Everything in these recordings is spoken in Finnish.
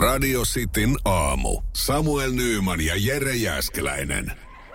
Radio Cityn aamu. Samuel Nyyman ja Jere Jääskeläinen.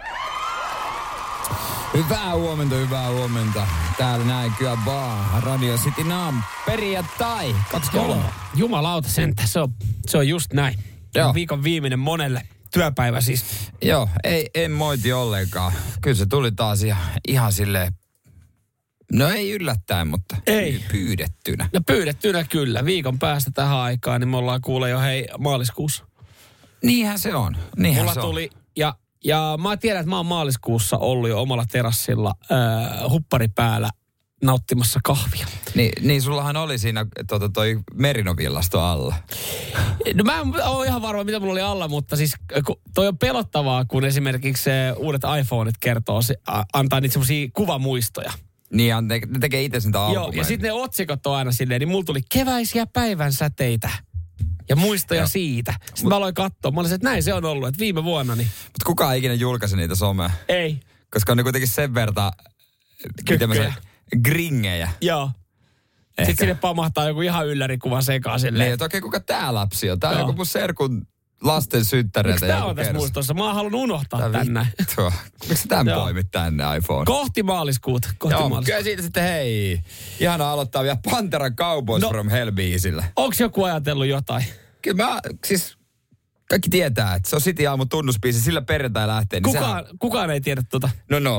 Hyvää huomenta. Täällä näin kyllä vaan. Radio Cityn aamu. Perjantai. 23. Jumalauta sentä, se on just näin. Joo. Viikon viimeinen monelle työpäivä siis. Joo, en moiti ollenkaan. Kyllä se tuli taas ihan silleen, no ei yllättäen, mutta Ei. Pyydettynä. No pyydettynä kyllä. Viikon päästä tähän aikaan, niin me ollaan kuule jo maaliskuussa. Niinhän se on. Mulla tuli, ja mä tiedän, että mä oon maaliskuussa ollut jo omalla terassilla huppari päällä nauttimassa kahvia. Niin sullahan oli siinä toi Merinovillasto alla. No mä en ole ihan varma, mitä mulla oli alla, mutta siis toi on pelottavaa, kun esimerkiksi uudet iPhoneit kertoo, antaa niitä semmosia kuvamuistoja. Niin, ne tekee itse sitä albumeja. Joo, ja sitten ne otsikot on aina silleen, niin mulla tuli keväisiä päivän säteitä ja muistoja siitä. Sitten mä aloin katsoa, mä olisin, että näin se on ollut, että viime vuonna niin. Mutta kukaan ei ikinä julkaise niitä somea. Ei. Koska on ne kuitenkin sen verta gringejä. Joo. Sitten sinne pamahtaa joku ihan yllärikuva sekaan silleen. Niin, että okei, kuka tää lapsi on? Tää on joku mun serkun lasten synttäreitä. Miksi tää on tässä muistossa? Mä oon halunnut unohtaa tänne. Miksi tämän poimit tänne iPhone? Kohti maaliskuuta. Kyllä siitä sitten hei. Ihana aloittaa vielä Panteran Cowboys from Hellbeesillä. Onks joku ajatellut jotain? Kyllä kaikki tietää, että se on City aamun tunnusbiisi, sillä perjantai lähtee. Niin kukaan ei tiedä tota. No 0447255854,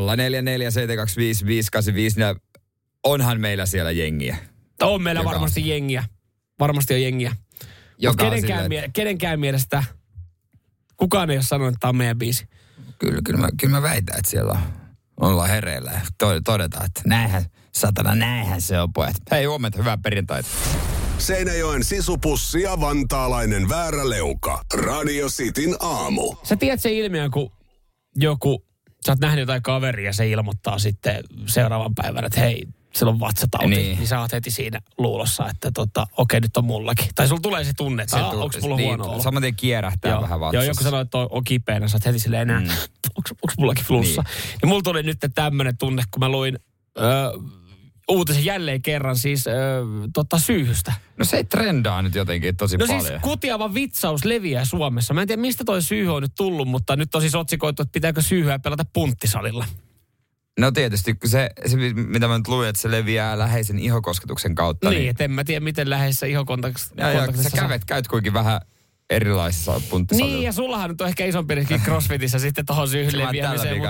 onhan meillä siellä jengiä. On meillä varmasti jengiä. Varmasti on jengiä. Mutta kenenkään mielestä kukaan ei ole sanonut, että tämä on meidän biisi. Kyllä mä väitän, että siellä ollaan hereillä ja todetaan, että näinhän se on pojat. Hei, huomenta, hyvää perjantaita. Seinäjoen sisupussi ja vantaalainen vääräleuka. Radio Cityn aamu. Sä tiedät sen ilmiön, kun sä oot nähnyt jotain kaveria ja se ilmoittaa sitten seuraavan päivänä, että hei, sillä on vatsatauti. Niin sä oot heti siinä luulossa, että okei, nyt on mullakin. Tai sulla tulee se tunne, että onko mulla huono olo. Saman tien kierähtää vähän vatsassa. Joo, joku sanoo, että on kipeänä, sä oot heti silleen enää, onko mullakin flussa. Niin mulla tuli nyt tämmönen tunne, kun mä luin uutisen jälleen kerran siis syyhystä. No se trendaa nyt jotenkin tosi paljon. No siis kutiava vitsaus leviää Suomessa. Mä en tiedä, mistä toi syyhy on nyt tullut, mutta nyt on siis otsikoitu, että pitääkö syyhyä pelata punttisalilla. No tietysti, se mitä mä nyt luin, että se leviää läheisen ihokosketuksen kautta. Niin, että en mä tiedä, miten läheisessä ihokontaktissa. Sä käyt kuitenkin vähän erilaisissa punttisalilla. Niin, ja sullahan nyt on ehkä isompi riski crossfitissä sitten tohon syyhyn leviämiseen.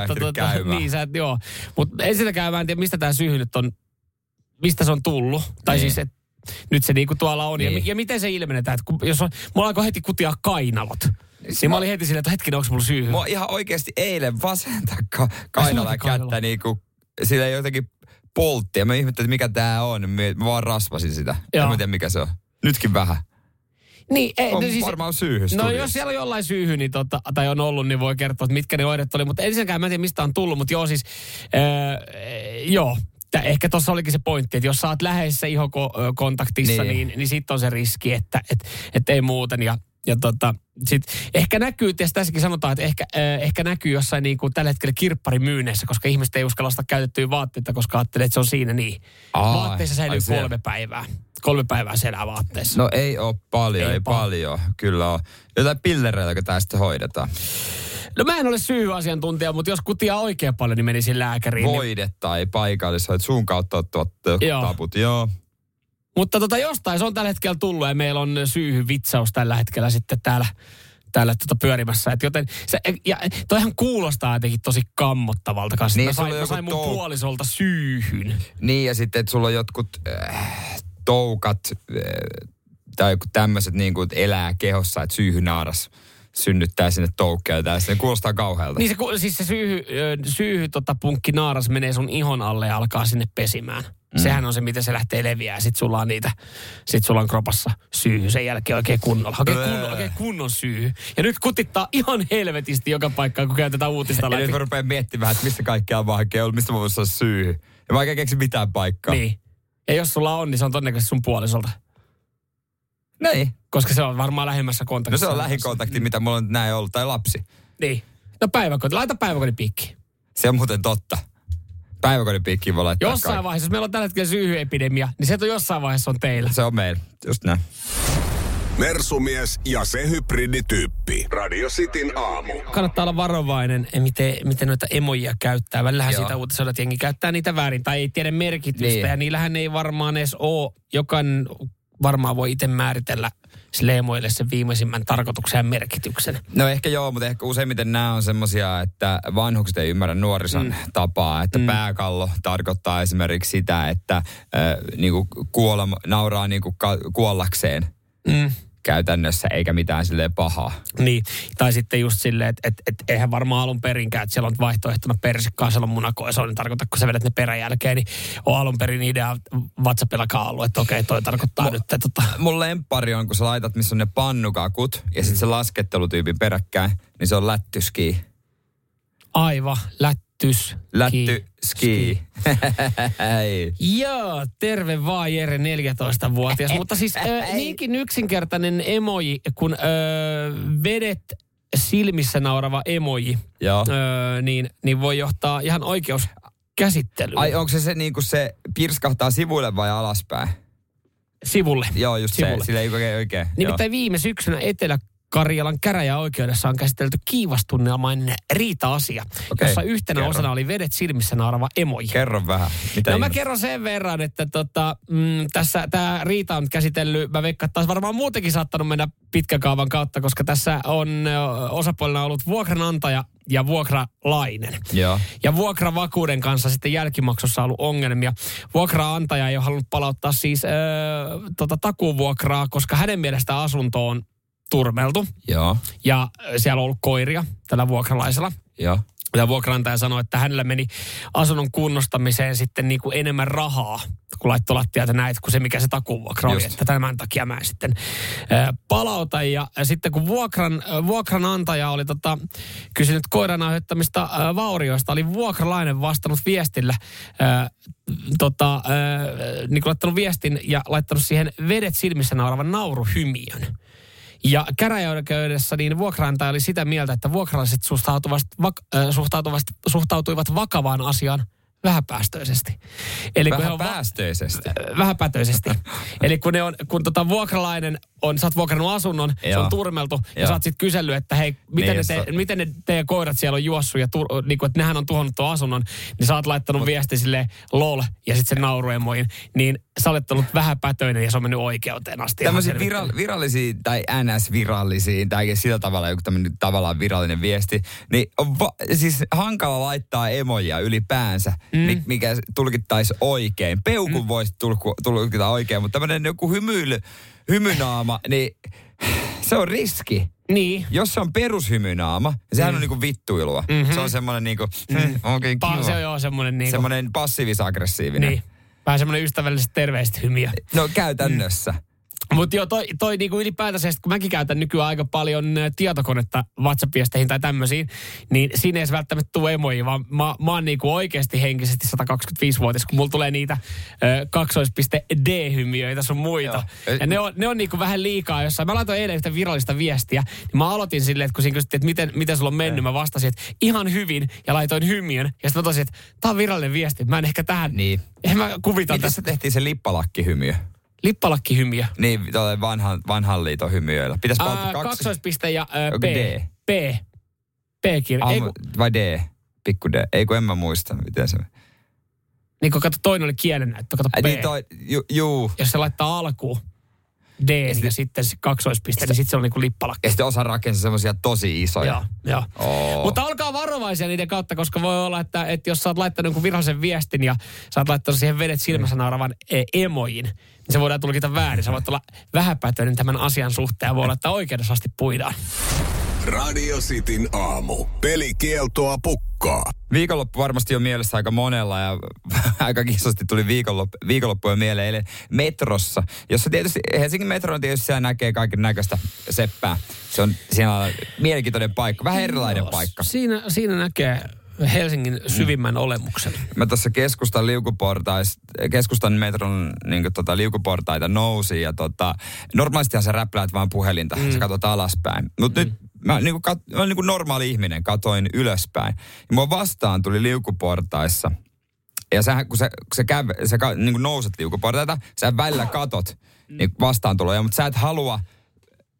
Mutta ensinnäkään mä en tiedä, mistä tää syyhy nyt on, mistä se on tullut. Tai siis, että nyt se niinku tuolla on. Niin. Ja miten se ilmenetään, että mulla alkoi heti kutia kainalot. Niin mä olin heti silleen, että hetkinen, onko mulla syyhy? Mua ihan oikeasti eilen vasenta kainalla kättä niinku, sillä ei jotenkin poltti. Ja mä ihmettelin, että mikä tää on. Mä vaan rasvasin sitä. En mä tiedä, mikä se on. Nytkin vähän. Niin, on siis, varmaan syyhy. No jos siellä on jollain syyhy, niin tai on ollut, niin voi kertoa, että mitkä ne oireet oli. Mutta ensinnäkään mä en tiedä, mistä on tullut. Mutta joo siis, ehkä tuossa olikin se pointti, että jos sä oot läheisessä ihokontaktissa, niin sit on se riski, että ei muuten. Ja sit ehkä näkyy, ja tässäkin sanotaan, että ehkä näkyy jossain niin kuin tällä hetkellä kirpparimyyneissä, koska ihmiset ei uskalla ostaa käytettyjä vaatteita, koska ajattelee, että se on siinä niin. Vaatteissa säilyy 3 päivää. 3 päivää selää vaatteissa. No ei ole paljon, ei paljon. Kyllä on. Jotain pillereitä, kun sitten hoidetaan. No mä en ole syyhyasiantuntija, mutta jos kutia oikein paljon, niin menisin lääkäriin. Voide tai paikallishoidot, suun kautta ottavat taput, joo. Mutta jostain se on tällä hetkellä tullut ja meillä on syyhyvitsaus tällä hetkellä sitten täällä pyörimässä. Et joten toihan kuulostaa jotenkin tosi kammottavalta kanssa. Niin, mä sain mun puolisolta syyhyn. Niin ja sitten, että sulla on jotkut toukat tai joku tämmöiset niin kuin elää kehossa, että syyhynaaras synnyttää sinne toukkeja ja se kuulostaa kauhealta. Niin se syyhy punkki naaras menee sun ihon alle ja alkaa sinne pesimään. Sehän on se, miten se lähtee leviää. Sitten sulla on kropassa syyhy sen jälkeen oikein kunnolla. Oikein kunnon syyhy. Ja nyt kutittaa ihan helvetisti joka paikkaan, kun käytetään uutista läpi. Ja nyt mä rupean miettimään, että mistä kaikkea on vaikea ollut, mistä mä voisin saada syyhy. Ja mä oikein keksi mitään paikkaa. Niin. Ja jos sulla on, niin se on todennäköisesti sun puolisolta. Niin. Koska se on varmaan lähimmässä kontaktissa. No se on lähikontakti, mitä mulla on näin ollut, tai lapsi. Niin. No laita päiväkodin piikki. Se on muuten totta. Päiväkodin piikkiin voi laittaa jossain vaiheessa, jos meillä on tällä hetkellä syyhyepidemia, niin se on jossain vaiheessa on teillä. Se on meillä, just näin. Mersumies ja se hybridityyppi. Radio Cityn aamu. Kannattaa olla varovainen, miten noita emojia käyttää. Välillähän siitä uutisoida, että jengi käyttää niitä väärin tai ei tiedä merkitystä. Niin. Ja niillähän ei varmaan edes ole, jokainen varmaan voi itse määritellä sille emoille sen viimeisimmän tarkoituksen ja merkityksen. No ehkä joo, mutta ehkä useimmiten nämä on semmoisia, että vanhukset ei ymmärrä nuorison tapaa. Että pääkallo tarkoittaa esimerkiksi sitä, että niinku nauraa niinku kuollakseen. Käytännössä, eikä mitään silleen pahaa. Niin, tai sitten just silleen, että eihän varmaan alun perinkään, että siellä on vaihtoehtona persikkaasella munako, ja se on tarkoittaa, kun sä vedät ne peräjälkeen, niin on alun perin idea WhatsAppillakaan ollut, että okei, toi tarkoittaa nyt. Mun lemppari on, kun sä laitat, missä on ne pannukakut, ja sitten se laskettelutyypin peräkkäin, niin se on lättyski. Aivan, Lättyski. Joo, terve vaan Jere, 14-vuotias. Mutta siis niinkin yksinkertainen emoji, kun vedet silmissä naurava emoji, niin voi johtaa ihan oikeuskäsittelyyn. Ai onko se niin kuin se pirskahtaa sivuille vai alaspäin? Sivulle. Joo, just sivulle. Se, sillä ei oikein. Nimittäin viime syksynä Etelä-Karjalan käräjäoikeudessa on käsitelty kiivastunnelmainen riita-asia, jossa yhtenä osana oli vedet silmissä naurava emoji. Kerro vähän. Mitä mä kerron sen verran, että tässä tämä riita on käsitellyt, mä veikkaan, että taas varmaan muutenkin saattanut mennä pitkän kaavan kautta, koska tässä on osapuolena ollut vuokranantaja ja vuokralainen. Joo. Ja vuokravakuuden kanssa sitten jälkimaksussa on ollut ongelmia. Vuokraantaja ei ole halunnut palauttaa siis takuuvuokraa, koska hänen mielestä asunto on turmeltu. Joo. Ja siellä on ollut koiria tällä vuokralaisella. Joo. Ja vuokranantaja sanoi, että hänellä meni asunnon kunnostamiseen sitten niin kuin enemmän rahaa, kun laittoi lattialta näitä, kuin se mikä se takuvuokra oli. Että tämän takia mä en sitten palauta. Ja sitten kun vuokranantaja oli kysynyt koiran aiheuttamista vaurioista, oli vuokralainen vastannut viestillä, niin kuin laittanut viestin ja laittanut siihen vedet silmissä nauravan nauruhymiön. Ja käräjäoikeudessa niin vuokraantaja oli sitä mieltä, että vuokralaiset suhtautuivat vakavaan asiaan vähäpäästöisesti. Eli vähäpätöisesti. Eli kun vuokralainen sä oot vuokrannut asunnon, se on turmeltu, ja sä oot sit kysellyt, että hei, miten ne teidän koirat siellä on juossut, ja niin että nehän on tuhonnut tuon asunnon, niin sä oot laittanut viesti silleen lol, ja sit sen nauruemoihin, niin sä olet ollut vähäpätöinen, ja se on mennyt oikeuteen asti. Tämmöisiin virallisiin, tai NS-virallisiin, tai sillä tavalla joku tämmöinen tavallaan virallinen viesti, niin on siis hankala laittaa emojia ylipäänsä, mikä tulkittaisi oikein. Peukun voisi tulkita oikein, mutta tämmöinen joku hymynaama, niin se on riski. Niin. Jos se on perushymynaama, sehän on niinku vittuilua. Se on semmoinen niinku, okei, kiva. Se on joo semmoinen niinku. Semmoinen passiivis-aggressiivinen. Niin. Vähän semmoinen ystävälliset terveiset hymiä. No käytännössä. Mutta joo, toi niinku ylipäätänsä, kun mäkin käytän nykyään aika paljon tietokonetta WhatsApp-viesteihin tai tämmöisiin, niin siinä ei välttämättä tule emoji, vaan mä oon niinku oikeasti henkisesti 125-vuotias, kun mulla tulee niitä D-hymiöitä sun muita. Joo. Ja ne on niinku vähän liikaa jossain. Mä laitoin eilen yhtä virallista viestiä, niin mä aloitin silleen, että kun siinä kysyttiin, että miten sulla on mennyt, mä vastasin, että ihan hyvin, ja laitoin hymiön. Ja sitten mä totesin, että tää on virallinen viesti, mä en ehkä tähän, en mä kuvita tästä. Miten tehtiin se lippalakkihymiö? Lippalakkihymiö. Niin, vanhan liiton hymyöillä. Pitäis palata kaksoispiste ja P-kirja. Vai D? Pikku D. Ei kun en mä muista, miten se. Niin kun kato, toinen oli kielennäyttö, kato P. Niin juu. Jos se laittaa alkuun D ja sitten kaksoispiste, niin sitten se on niinku lippalakki. Ja sitten osa rakensi semmoisia tosi isoja. Joo. Oh. Mutta olkaa varovaisia niiden kautta, koska voi olla, että jos sä oot laittanut jonkun virallisen viestin ja sä oot laittanut siihen vedet silmässä nauravan emojin, niin se voidaan tulkita väärin. Sä voit olla vähäpätöinen tämän asian suhteen ja voi olla, että oikeudessa asti puidaan. Radio Cityn aamu. Pelikieltoa pukkaa. Viikonloppu varmasti on mielessä aika monella ja aika kisosti tuli viikonloppuja mieleen eilen metrossa, jossa tietysti Helsingin metro on tietysti siellä näkee kaiken näköistä seppää. Siinä on mielenkiintoinen paikka, vähän erilainen paikka. Siinä näkee Helsingin syvimmän olemuksen. Mä tuossa keskustan metron liukuportaita nousi ja normaalistihan sä räpläät vaan puhelinta, sä katsot alaspäin. Mutta nyt mä olen niin kuin normaali ihminen, katoin ylöspäin. Ja mua vastaan tuli liukuportaissa. Ja sä, kun sä niin kuin nouset liukuportaita, sä välillä katot niin vastaantuloja, mutta sä et halua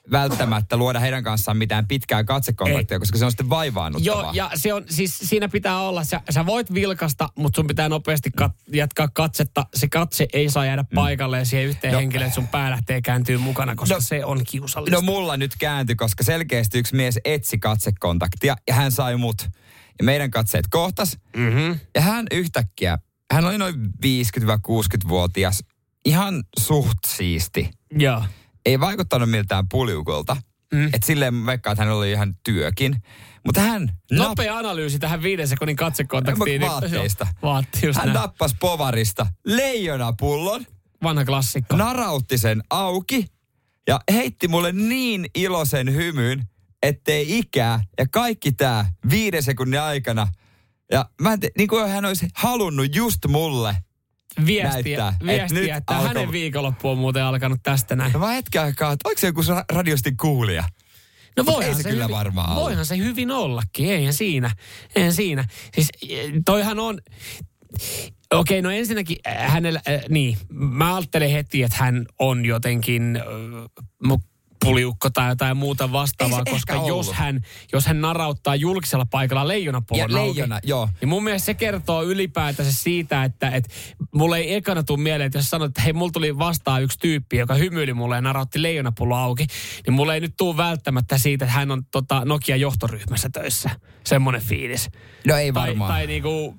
välttämättä luoda heidän kanssaan mitään pitkää katsekontaktia, koska se on sitten vaivaannuttavaa. Joo, ja se on, siis siinä pitää olla, sä voit vilkasta, mutta sun pitää nopeasti jatkaa katsetta. Se katse ei saa jäädä paikalleen siihen yhteen henkilöön, että sun pää lähtee kääntyy mukana, koska se on kiusallista. No mulla nyt kääntyi, koska selkeästi yksi mies etsi katsekontaktia ja hän sai mut. Ja meidän katseet kohtas. Mm-hmm. Ja hän yhtäkkiä, hän oli noin 50-60-vuotias, ihan suht siisti. Joo. Ei vaikuttanut miltään puliukolta. Että silleen veikkaan, että hän oli ihan työkin. Mutta hän... Nopea analyysi tähän 5 sekunnin katsekontaktiin. Vaatteista. Hän nappasi povarista leijonapullon. Vanha klassikko. Narautti sen auki ja heitti mulle niin iloisen hymyn, ettei ikää ja kaikki tää 5 sekunnin aikana. Ja mä niin kuin hän olisi halunnut just mulle viestiä, että hänen viikonloppu on muuten alkanut tästä näin. No mä hetken aikaa, että oliko se joku radiosti kuulija? No ei se kyllä varmaan olla. Voihan se hyvin ollakin, eihän siinä. Siis toihan on... Okei, no ensinnäkin hänellä, mä ajattelen heti, että hän on jotenkin puliukko tai jotain muuta vastaavaa, koska jos hän narauttaa julkisella paikalla leijonapullon joo. Niin mun mielestä se kertoo ylipäätänsä siitä, että mulle ei ekana tule mieleen, että jos sanot, että hei, mulla tuli vastaan yksi tyyppi, joka hymyili mulle ja narautti leijonapullon auki, niin mulle ei nyt tule välttämättä siitä, että hän on Nokia johtoryhmässä töissä. Semmoinen fiilis. No ei varmaan. Tai niinku...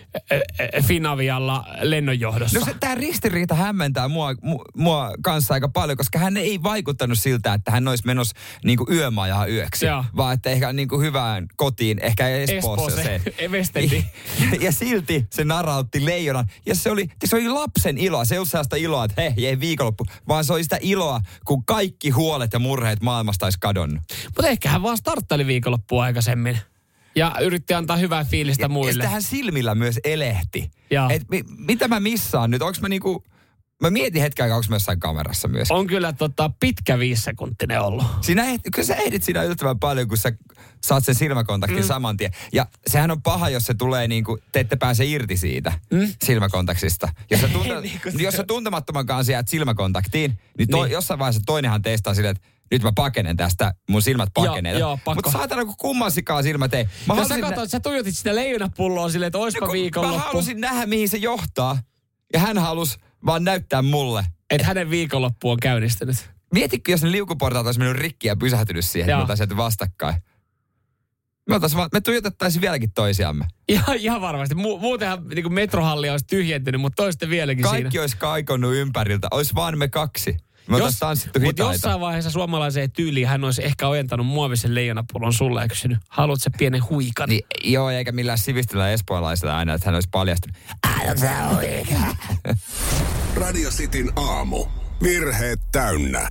Finavialla lennonjohdossa. No tää ristiriita hämmentää mua kanssa aika paljon, koska hän ei vaikuttanut siltä, että hän olisi menossa niinku yömajaa yöksi. Joo. Vaan että ehkä niinku hyvään kotiin, ehkä Espoossa se. Ja silti se narautti leijonan. Ja se oli lapsen iloa. Se ei ollut sellaista iloa, että hei viikonloppu. Vaan se oli sitä iloa, kun kaikki huolet ja murheet maailmasta olisi kadonnut. Mutta ehkä hän vaan starttaili viikonloppua aikaisemmin. Ja yritti antaa hyvää fiilistä muille. Ja sitten hän silmillä myös elehti. Mitä mä missaan nyt? Onks mä niinku... Mä mietin hetken aikaa, onko mä jossain kamerassa myös. On kyllä pitkä 5-sekuntinen ollut. Kyllä sä ehdit siinä yllättävän paljon, kun sä saat sen silmäkontaktin saman tien. Ja sehän on paha, jos se tulee niinku, te ette pääse irti siitä silmäkontaktista. Jos sä tuntemattoman kanssa jäät silmäkontaktiin, niin jossain vaiheessa toinenhan teistaa silleen, että nyt mä pakenen tästä, mun silmät pakenee. Mutta saatana, kun kummansikaan silmät ei. Sä tuijotit sitä leijonapulloa silleen, että oispa viikonloppu. Mä halusin nähdä, mihin se johtaa. Ja hän halusi vaan näyttää mulle. Että hänen viikonloppu on käynnistynyt. Mietitkö, jos ne liukuportaat olisi mennyt rikki ja pysähtynyt siihen, että me oltaisiin vastakkain. Me tuijotettaisiin vieläkin toisiamme. Ihan varmasti. Muutenhan niin metrohalli olisi tyhjentynyt, mutta toisten vieläkin kaikki siinä. Kaikki olisi kaikonnut ympäriltä. Olisi vaan me 2. Me oltaisiin tanssittu hitaita. Mutta jossain vaiheessa suomalaiseen tyyliin hän olisi ehkä ojentanut muovisen leijonapullon sulle ja kysynyt, haluatko sä pienen huikan? Niin, joo, eikä millään sivistyllä espoolaisella aina, että hän olisi paljastunut. Haluatko sä huikan? Radio Cityn aamu. Virheet täynnä.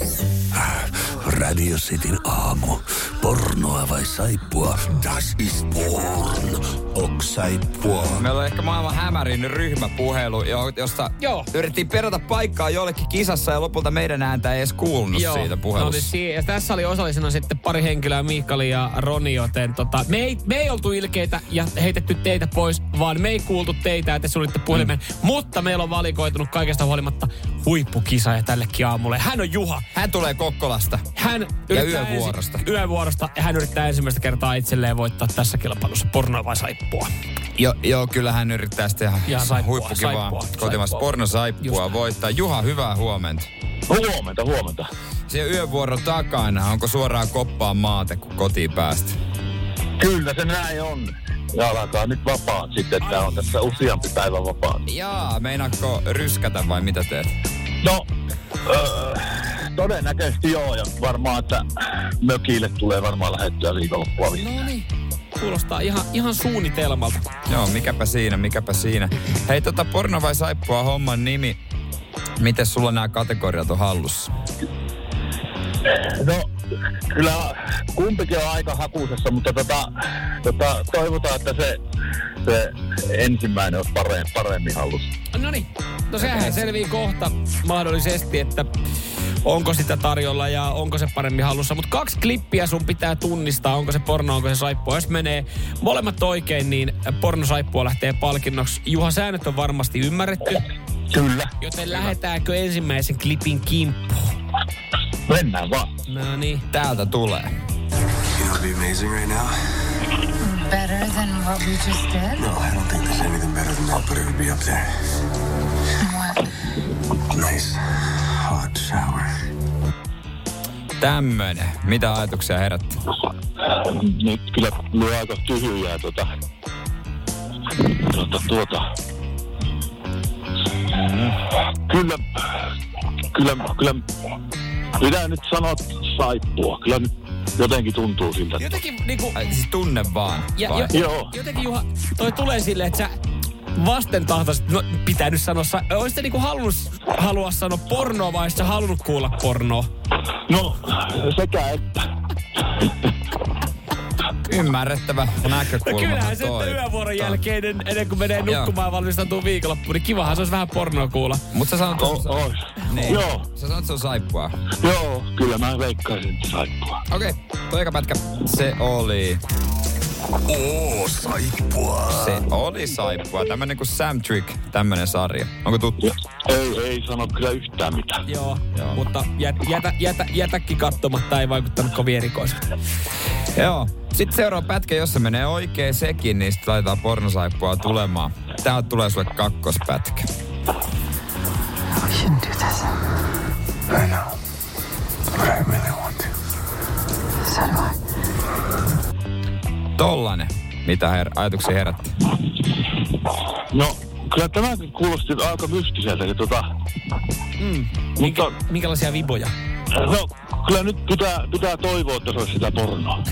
Radio Cityn aamu. Pornoa vai saippua? Das ist porn. Ok saippua. Meillä on ehkä maailman hämärin ryhmäpuhelu, jossa yritettiin perata paikkaa jollekin kisassa ja lopulta meidän ääntä ei edes kuulunut siitä puhelussa. No, ja tässä oli osallisena sitten pari henkilöä, Miikali ja Roni, joten me ei oltu ilkeitä ja heitetty teitä pois, vaan me ei kuultu teitä, että te sulitte puhelimen. Mutta meillä on valikoitunut kaikesta huolimatta huippukisa tällekin aamulle. Hän on Juha. Hän tulee Kokkolasta. Hän ja yövuorosta. Ja hän yrittää ensimmäistä kertaa itselleen voittaa tässä kilpailussa pornoa vai saippua. Joo, kyllä hän yrittää sitten ihan huippukivaa kotimaista pornosaippua voittaa. Juha, hyvää huomenta. Huomenta. Siellä yövuoro takana, onko suoraan koppaan maate, kun kotiin päästä? Kyllä se näin on. Ja alkaa nyt vapaat sitten, että on tässä useampi päivä vapaat. Jaa, meinaatko ryskätä vai mitä teet? No, todennäköisesti joo, ja varmaan, että mökille tulee varmaan lähettyä viikonloppua. No niin, kuulostaa ihan suunnitelmalta. Joo, mikäpä siinä. Hei, porno vai saippua homman nimi. Miten sulla nämä kategoriat on hallussa? No, kyllä kumpikin on aika hakuisessa, mutta toivotaan, että se ensimmäinen olisi paremmin hallussa. No niin, sehän selvii kohta mahdollisesti, että onko sitä tarjolla ja onko se paremmin hallussa. Mutta 2 klippiä sun pitää tunnistaa, onko se porno, onko se saippua. Jos menee molemmat oikein, niin pornosaippua lähtee palkinnoksi. Juha, säännöt on varmasti ymmärretty. Kyllä. Joten lähdetäänkö ensimmäisen klipin kimppuun? Mennään vaan. No niin. Täältä tulee. You know, it'd be amazing right now. Better than what we just did? No, I don't think there's anything better than that, but it would be up there. What? Nice, hot shower. Tämmönen. Mitä ajatuksia herätti? Nyt kyllä lyö aika tyhjää Kyllä pitää nyt sanoa saippua. Kyllä nyt jotenkin tuntuu siltä. Jotenkin niinku... Siis tunne vaan. Joo. Jotenkin Juha, toi tulee silleen, että sä vastentahtoiset, no pitää nyt sanoa, olis sä niinku halua sanoa pornoa vai olis sä halunnut kuulla pornoa? No, sekä että. Ymmärrettävä näkökulma. No kyllähän se yövuoron jälkeen ennen kuin menee nukkumaan ja valmistautuu viikonloppuun, niin kivahan se olisi vähän pornoa kuulla. Mutta sä sanot, Niin. Joo. Sä sanot, se on saippua. Joo, kyllä mä veikkaisin saippua. Okei, toi eka pätkä, se oli... Saippua. Se oli saippua. Tämmönen kuin Sam Trick, tämmönen sarja. Onko tuttu? Ei sano kyllä yhtään mitään. Joo. Mutta jätäkin katsomatta, ei vaikuttanut kovin erikoiselta. Joo. Sitten seuraava pätkä, jos se menee oikein sekin, niin sitten laitetaan pornosaippua tulemaan. Täältä tulee sulle kakkospätkä. We shouldn't do this. I know, but I really want to. So do I. Tollanen. Mitä ajatuksia herätti? No, kyllä tämäkin kuulosti aika mystiseltä. Mutta... Minkälaisia viboja? No, kyllä nyt pitää toivoa, että se olisi sitä pornoa.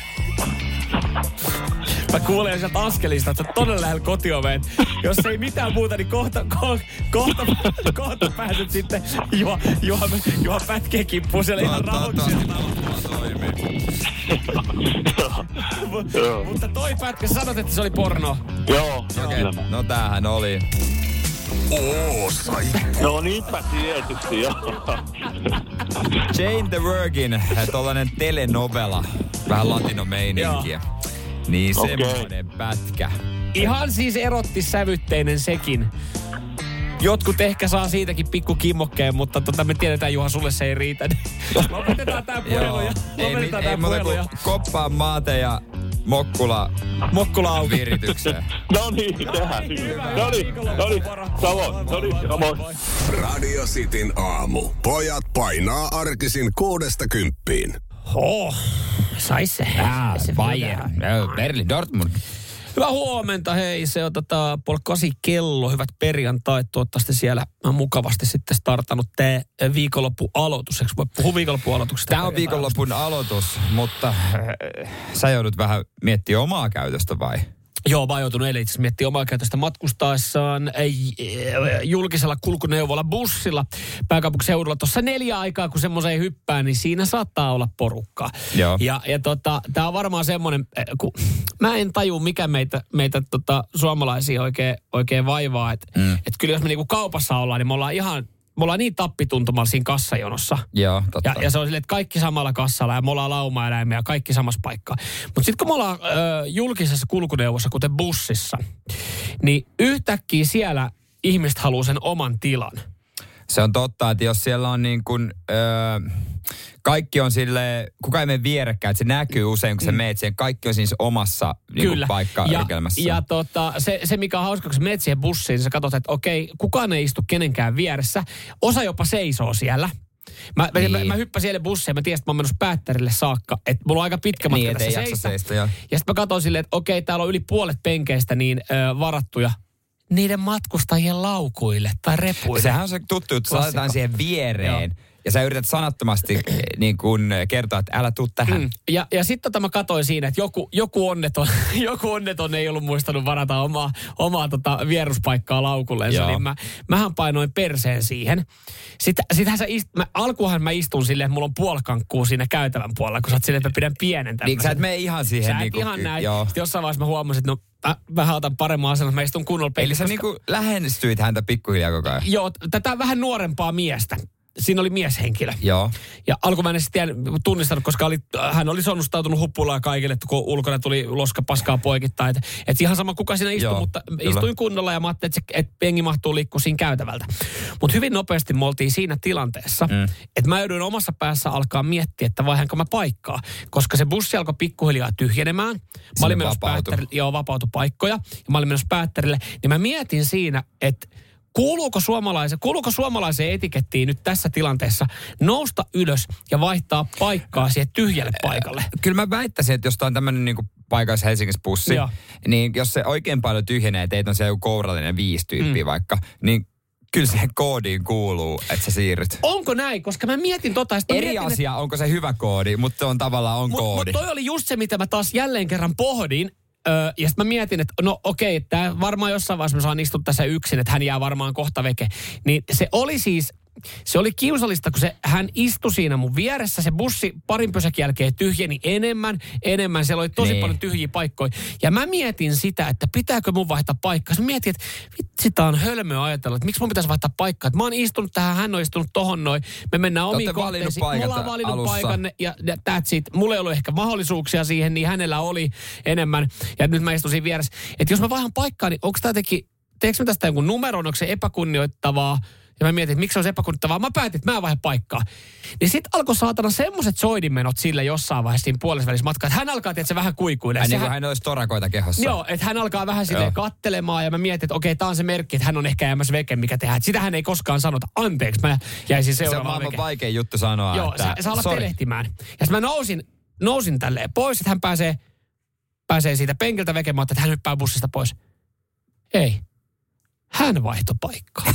Mä kuulen sieltä askelista, että todella lähellä kotioveen. Jos ei mitään muuta, niin kohta pääset sitten juo pätkeen kimppuun siellä ihan rauhallisesti. Mutta toi pätkä, sä sanot, että se oli porno. Joo. Okei. No tämähän oli. Saippua. No niinpä tietysti, joo. Jane the Virgin, tollanen telenovela. Vähän latinomeininkiä. Niin semmoinen pätkä. Ihan siis erottissävytteinen sekin. Jotkut ehkä saa siitäkin pikku kimmokkeen, mutta me tiedetään, Juha, sulle se ei riitä. Lopetetaan tää puhelu ja ei muuta kuin koppaa maate ja Mokkula auki viritykseen. No niin, tehdään. No niin, samoin. Radio Cityn aamu. Pojat painaa arkisin 6–10. Sais se. Bayern. Berlin, Dortmund. Hyvää huomenta, hei. Se on 7:30 kello. Hyvät perjantait. Toivottavasti siellä on mukavasti sitten startannut tää viikonlopun aloitus. Eikö voi puhua viikonlopun aloituksesta? Tämä on viikonlopun aloitus, mutta sä joudut vähän miettimään omaa käytöstä vai? Joo, mä oon joutunut eilen itse miettimään omaa käytöstä matkustaessaan julkisella kulkuneuvolla bussilla pääkaupunkiseudulla. Tuossa 4 aikaa, kun semmoiseen hyppää, niin siinä saattaa olla porukkaa. Joo. Ja tää on varmaan semmoinen, kun mä en taju, mikä meitä suomalaisia oikein vaivaa. Että kyllä jos me niinku kaupassa ollaan, niin me ollaan niin tappituntumalla siinä kassajonossa. Joo, totta. Ja se on silleen, että kaikki samalla kassalla ja me ollaan laumaeläimiä ja kaikki samassa paikkaa. Mutta sitten kun me ollaan julkisessa kulkuneuvossa, kuten bussissa, niin yhtäkkiä siellä ihmiset haluaa sen oman tilan. Se on totta, että jos siellä on niin kuin, kaikki on silleen, kukaan ei mene vierekkäin, että se näkyy usein, kun sä meet siihen, kaikki on siis omassa niin paikka-rykelmässä. Ja se, mikä on hauska, kun sä meet siihen bussiin, niin sä katsot, että okei, kukaan ei istu kenenkään vieressä. Osa jopa seisoo siellä. Mä hyppäsin siellä bussiin ja mä tiesin, että mä oon menossa Päättärille saakka. Että mulla on aika pitkä matka tässä seistä. Ja sitten mä katsoin silleen, että okei, täällä on yli puolet penkeistä niin varattuja niiden matkustajien laukuille tai repuille. Sehän on se tuttu, että laitetaan siihen viereen. Joo. Ja sä yrität sanattomasti niin kun kertoa, että älä tuu tähän. Ja sitten mä katsoin siinä, että joku onneton ei ollut muistanut varata omaa vieruspaikkaa laukullensa. Niin mähän painoin perseen siihen. Alkuhan mä istun silleen, että mulla on puolikankkuu siinä käytävän puolella, kun sä oot silleen, että mä pidän pienen tämmöisen. Niin sä et mene ihan siihen. Sä et ihan näin. Sitten jossain vaiheessa mä huomasin, että mä vähän otan paremman asennon, mä istun kunnolla peilissä. Eli sä niinku lähestyit häntä pikkuhiljaa koko ajan. Joo, tätä vähän nuorempaa miestä. siinä oli mieshenkilö. Joo. Ja alkuun mä en sitten tunnistanut, koska hän oli sonnustautunut huppulaan kaikille, kun ulkona tuli loska paskaa poikittain. Että ihan sama kuka siinä istui, mutta kyllä. Istuin kunnolla ja mä ajattelin, että pengi mahtuu liikkua siinä käytävältä. Mutta hyvin nopeasti me oltiin siinä tilanteessa, että mä jouduin omassa päässä alkaa miettiä, että vaihanko mä paikkaa. Koska se bussi alkoi pikkuhiljaa tyhjenemään. Mä olin menossa päättärille, vapautui paikkoja. Ja mä olin menossa päättärille. Niin mä mietin siinä, että kuuluuko suomalaiseen etikettiin nyt tässä tilanteessa nousta ylös ja vaihtaa paikkaa siihen tyhjälle paikalle? Kyllä mä väittäisin, että jos on tämmöinen niinku paikallis Helsingissä bussi, niin jos se oikein paljon tyhjenee, että teitä on se joku kourallinen 5 tyyppiä vaikka, niin kyllä siihen koodiin kuuluu, että sä siirryt. Onko näin? Koska mä mietin Eri asia, onko se hyvä koodi, mutta on tavallaan koodi. Mutta toi oli just se, mitä mä taas jälleen kerran pohdin. Ja sitten mä mietin, että no okei, että varmaan jossain vaiheessa mä saan istua tässä yksin, että hän jää varmaan kohta veke. Niin se oli kiusallista, kun hän istui siinä mun vieressä. Se bussi parin pysäkin jälkeen tyhjeni enemmän. Siellä oli tosi paljon tyhjiä paikkoja. Ja mä mietin sitä, että pitääkö mun vaihtaa paikkaa. Mä mietin, että vitsi, tää on hölmöä ajatella, että miksi mun pitäisi vaihtaa paikkaa. Että mä oon istunut tähän, hän on istunut tohon noin. Me mennään omiin kohteisiin. Me ollaan valinnut paikanne ja that's it. Mulla ei ollut ehkä mahdollisuuksia siihen, niin hänellä oli enemmän. Ja nyt mä istun siinä vieressä. Että jos mä vaihdan paikkaa, niin onko tää teekö mä tästä jonkun numeron, onko se epäkunnioittavaa? Ja mä mietin, että miksi se olisi epäkunnioittavaa. Mä päätin, että mä en vaihda paikkaa. Niin sit alkoi saatana semmoset soidinmenot sille jossain vaiheessa siinä puolessavälissä matkaa, että hän alkaa, että se vähän kuikuilee. Niin kuin hän olisi torakoita kehossa. Joo, että hän alkaa vähän silleen kattelemaan ja mä mietin, että okei, tää on se merkki, että hän on ehkä jäämässä veke, mikä tehdään. Sitä hän ei koskaan sanota. Anteeksi, mä jäisin seuraavaan veke. Se on maailman vaikea juttu sanoa. Joo, että sä alat telehtimään. Ja sit mä nousin tälleen pois, että hän pääsee siitä penkiltä vekemaan, että hän hyppää bussista pois. Ei. Hän vaihtoi paikkaa.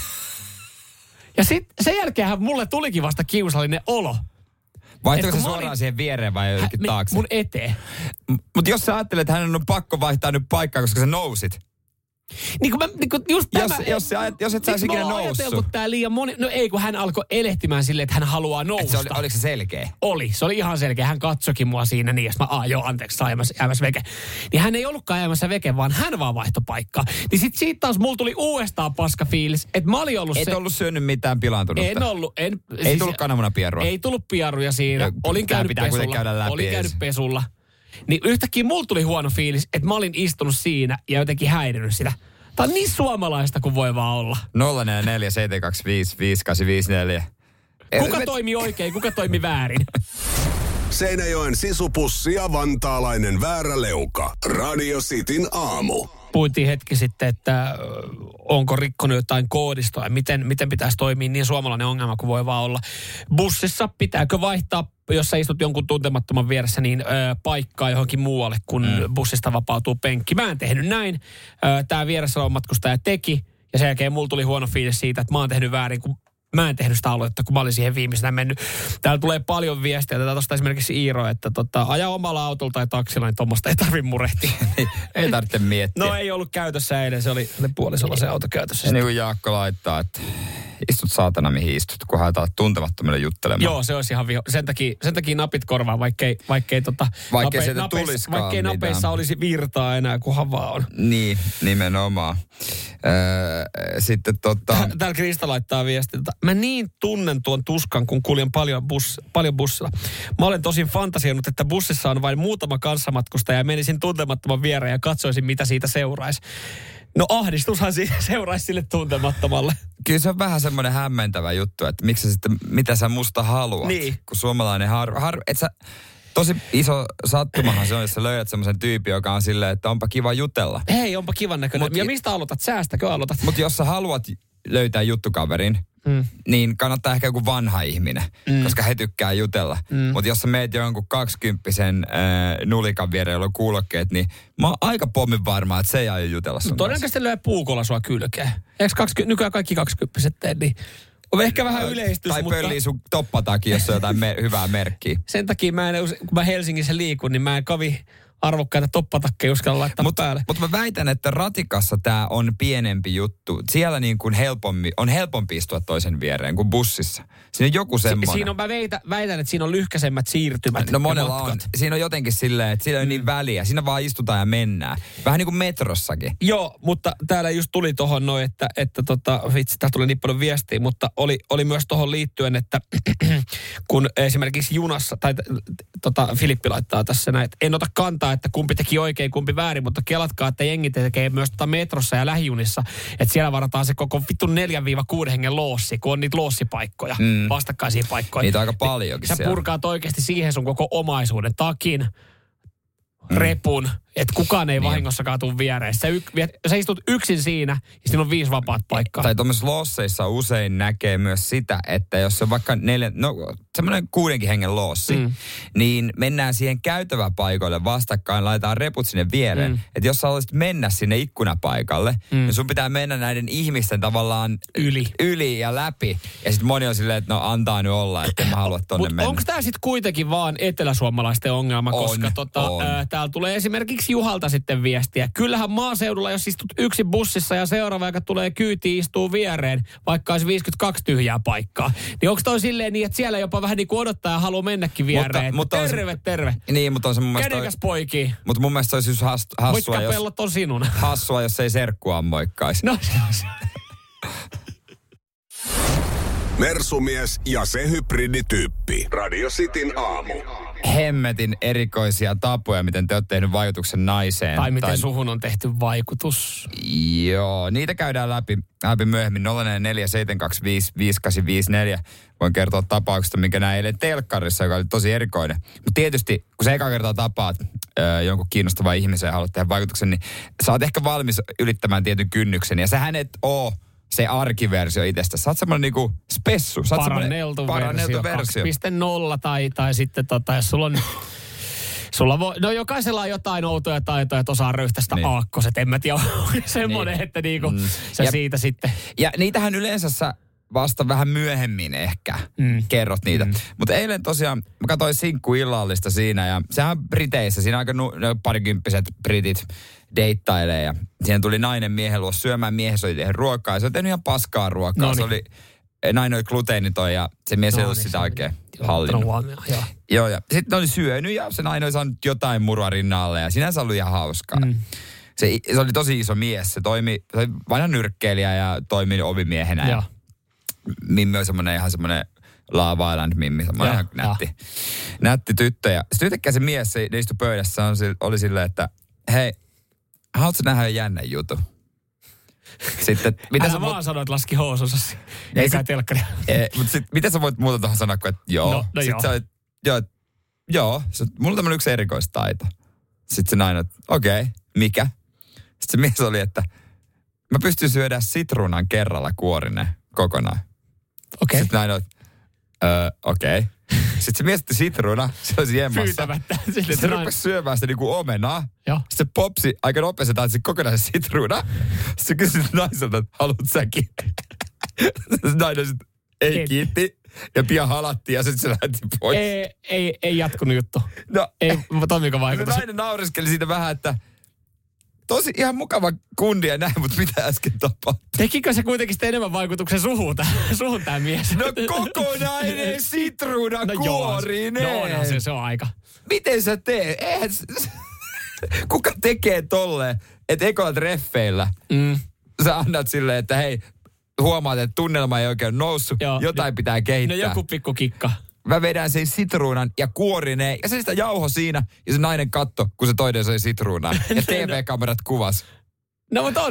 Ja sitten sen jälkeenhän mulle tulikin vasta kiusallinen olo. Vaihtoiko se suoraan siihen viereen vai jotenkin taakse? Mun eteen. Mutta jos sä ajattelet, että hänen on pakko vaihtaa nyt paikkaa, koska sä nousit. Just tämä. Jos et sä olisi ikinä noussut. Mä oon ajatellut tää liian moni. No ei, kun hän alkoi elehtimään silleen, että hän haluaa nousta. Oliko se selkeä? Se oli ihan selkeä. Hän katsoikin mua siinä niin, ja anteeksi, sä jäämässä veke. Niin hän ei ollutkaan jäämässä veke, vaan hän vaan vaihtoi paikkaa. Niin sit siitä taas mulla tuli uudestaan paska fiilis, että mä olin ollut Et ollut syönyt mitään pilaantunutta. En ollut. Ei tullut kananmunapierrua. Ei tullut pieruja siinä. Olin käynyt pesulla. Niin yhtäkkiä mulla tuli huono fiilis, että mä olin istunut siinä ja jotenkin häirinyt sitä. Tää on niin suomalaista kuin voi vaan olla. 044 725 5854. Kuka toimi oikein, kuka toimi väärin? Seinäjoen sisupussi ja vantaalainen vääräleuka. Radio Cityn aamu. Puhuttiin hetki sitten, että onko rikkonut jotain koodistoa ja miten pitäisi toimia, niin suomalainen ongelma kuin voi vaan olla. Bussissa pitääkö vaihtaa, jos sä istut jonkun tuntemattoman vieressä, niin paikkaa johonkin muualle, kun bussista vapautuu penkki. Mä en tehnyt näin. Tää vieressä oleva matkustaja teki ja sen jälkeen mulla tuli huono fiilis siitä, että mä oon tehnyt väärin, kun mä en tehnyt sitä aloitetta, kun mä olin siihen viimeisenä mennyt. Täällä tulee paljon viestejä. Tätä tuosta esimerkiksi Iiro, että aja omalla autolla tai taksilla, niin tuommoista ei tarvitse murehtia. Ei tarvitse miettiä. No ei ollut käytössä eilen, se oli puolisolla se auto käytössä. Ja niin kuin Jaakko laittaa, että istut saatana mihin istut, kun haetaan tuntemattomille juttelemaan. Joo, se olisi ihan sen takia napit korvaan, vaikkei napeissa olisi virtaa enää, kunhan vaan on. Niin, nimenomaan. Sitten Täällä Krista laittaa viestiä. Mä niin tunnen tuon tuskan, kun kuljen paljon bussilla. Mä olen tosin fantasioinut, että bussissa on vain muutama kanssamatkustaja ja menisin tuntemattoman viereen ja katsoisin, mitä siitä seuraisi. No ahdistushan seuraisi sille tuntemattomalle. Kyllä se on vähän semmoinen hämmentävä juttu, että miksi sitten, mitä sä musta haluat. Niin. Kun suomalainen tosi iso sattumahan se on, jos sä löydät semmoisen tyypin, joka on silleen, että onpa kiva jutella. Hei, onpa kivan näköinen. Ja mistä aloitat? Säästäkö aloitat? Mutta jos sä haluat löytää juttukaverin, niin kannattaa ehkä joku vanha ihminen, koska he tykkää jutella. Mutta jos sä meet jonkun 20-sen nulikan viereen, jolla on kuulokkeet, niin mä oon aika pommin varma, että se ei aio jutella sun kanssa. Todennäköisesti löydä puukolla sua kylkeen. Eikö nykyään kaikki 20-set tee, niin on ehkä vähän yleistys, tai pöllii sun toppatakin, jos on jotain hyvää merkkiä. Sen takia kun mä Helsingissä liikun, niin mä en arvokkaita toppatakkeja uskalla laittaa päälle. Mutta mä väitän, että ratikassa tää on pienempi juttu. Siellä niin kuin on helpompi istua toisen viereen kuin bussissa. Siinä on joku semmoinen. Siinä on, mä väitän, että siinä on lyhkäisemmät siirtymät. No monella on. Siinä on jotenkin silleen, että siinä on niin väliä. Siinä vaan istutaan ja mennään. Vähän niin kuin metrossakin. Joo, mutta täällä just tuli tohon noin, että vitsi, täällä tuli niin paljon viestiä, mutta oli myös tohon liittyen, että kun esimerkiksi junassa, tai Filippi laittaa tässä näin, että en ota kantaa, että kumpi teki oikein, kumpi väärin, mutta kelatkaa, että jengi tekee myös metrossa ja lähijunissa, että siellä varataan se koko vittu 4-6 hengen loossi, kun on niitä loossipaikkoja, vastakkaisia paikkoja. Niitä aika paljonkin sä siellä. purkaat oikeasti siihen sun koko omaisuuden takin, repun, että kukaan ei vahingossakaan tule viereen. Sä istut yksin siinä ja siinä on 5 vapaat paikkaa. Tai tuommoisissa loosseissa usein näkee myös sitä, että jos on vaikka semmoinen 6 hengen loossi, niin mennään siihen käytäväpaikoille vastakkain, laitetaan reput sinne viereen. Että jos sä haluaisit mennä sinne ikkunapaikalle, niin sun pitää mennä näiden ihmisten tavallaan yli ja läpi. Ja sitten moni on silleen, että no antaa nyt olla, että en mä halua tonne mennä. Onko tää sitten kuitenkin vaan eteläsuomalaisten ongelma, koska täällä tulee esimerkiksi Juhalta sitten viestiä. Kyllähän maaseudulla, jos istut yksin bussissa ja seuraava, joka tulee kyytiin, istuu viereen, vaikka olisi 52 tyhjää paikkaa. Niin onko toi silleen niin, että siellä jopa vähän niin kuin odottaa ja haluaa mennäkin viereen? Mutta terve. Niin, mutta on se mun mielestä... Kädekäs poikii. Mutta mun mielestä olisi just hassua, on sinun. Hassua, jos ei serkkua moikkaisi. No se on se. Mersumies ja se hybridityyppi. Radio Cityn aamu. Hemmetin erikoisia tapoja, miten te olette tehnyt vaikutuksen naiseen. Tai miten suhun on tehty vaikutus. Joo, niitä käydään läpi myöhemmin. 044-725-5854. Voin kertoa tapauksesta, minkä näin eilen telkkarissa, joka oli tosi erikoinen. Mutta tietysti, kun sä eka kertaa tapaat jonkun kiinnostavan ihmisen ja haluat tehdä vaikutuksen, niin sä oot ehkä valmis ylittämään tietyn kynnyksen. Ja sähän et oo se arkiversio itsestä. Sä oot semmoinen niinku spessu. Sä oot paranneltu versio. 2.0 tai sitten jos sulla voi, jokaisella on jotain outoja taitoja, että osaa röyhtästä aakkoset. En mä tiedä, semmoinen, että niinku sä siitä sitten. Ja niitähän yleensä sä vasta vähän myöhemmin ehkä kerrot niitä. Mutta eilen tosiaan mä katsoin sinkkuillallista siinä ja sehän on Briteissä. Siinä aika parikymppiset britit deittailee ja siihen tuli nainen miehen luo syömään. Miehessä oli tehnyt ruokaa ja se oli tehnyt ihan paskaa ruokaa. Noniin. Se oli, nainen oli gluteeniton ja se mies ei ollut sitä oikein hallinnut. Joo, ja sitten oli syönyt ja se nainen oli saanut jotain murua rinnalle ja sinänsä oli ihan hauskaa. Se oli tosi iso mies. Se oli vanha nyrkkeilijä ja toimi ovimiehenä. Ja Mimmi oli semmoinen ihan semmoinen Love Island Mimmi, semmoinen ihan nätti tyttö. Ja sitten yhtäkkiä se mies, se istui pöydässä, oli silleen, että hei, haluatko nähdä jännä jutu? Sitten, mitä sä vaan sanoit, että laski housunsa. Ei kai telkkaria. Mutta mitä sä voit muuta tuohon sanoa, että joo. No sitten sä olet, joo. Mulla on tämmöinen yksi erikoistaito. Sitten se nainen, okei, mikä? Sitten se mies oli, että mä pystyn syödä sitruunan kerralla kuorinen kokonaan. Okei. Sitten nainen on, okei. Sitten se mies otti sitruuna, se olisi jemmassa. Pyytämättä. Sitten se rupesi syömään sitä niinku omenaa. Joo. Sitten se popsi aika nopeasti, että se kokonaisen sitruuna. Sitten se kysyi naiselta, että haluat säkin? Nainen sitten, ei kiitti. Ja pian halattiin ja sitten se lähti pois. Ei jatkunut juttu. No. Ei, toimiko vaikutus? Nainen naureskeli siitä vähän, että tosi ihan mukava kundi ja näin, mutta mitä äsken tapahtui? Tekikö se kuitenkin sitten enemmän vaikutuksen suhun tämä mies? No kokonainen sitruuna kuorinen. No se on aika. Miten sä teet? Kuka tekee tolleen, että ekoilla treffeillä sä annat silleen, että hei, huomaat, että tunnelma ei oikein noussut, jotain pitää kehittää. No joku pikku kikka. Mä vedän sen sitruunan ja kuorineen ja se sitä jauho siinä ja se nainen katto, kun se toinen söi sitruunaa. Ja TV-kamerat kuvas. No mutta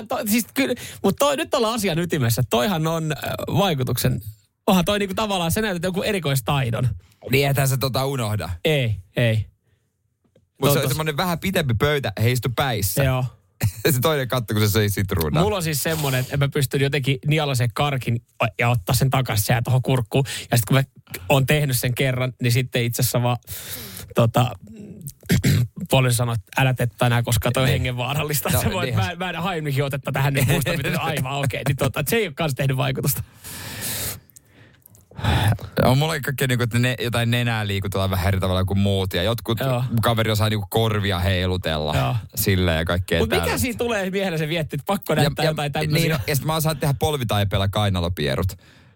nyt ollaan asian ytimessä. Toihan on vaikutuksen, toi niinku tavallaan, se näytät joku erikoistaidon. Niin ethän sä unohda. Ei. Mutta se on semmoinen vähän pitempi pöytä, he istu päissä. Joo. Se toinen katto, kun se söi sitruunaa. Mulla on siis semmoinen, että mä pystyn jotenkin nialaisen karkin ja ottaa sen takaisin jää tuohon kurkkuun. Ja sitten kun mä oon tehnyt sen kerran, niin sitten itse asiassa vaan poliisi sanoi, että älä tee tänään, koska toi on hengenvaarallista. No, mä en Heimlichin otetta tähän, niin muista, miten aivan okei. Niin se ei ole kanssa tehnyt vaikutusta. On mulla kaikkea niinku, että jotain nenää liikutellaan vähän eri tavalla kuin muut. Ja jotkut kaveri osaa niinku korvia heilutella silleen ja kaikkea. Mutta mikä siinä tulee mieleen se vietti, että pakko näyttää jotain tämmöisiä? Niin, ja sitten mä osaan tehdä polvitaipeella kainalopierut.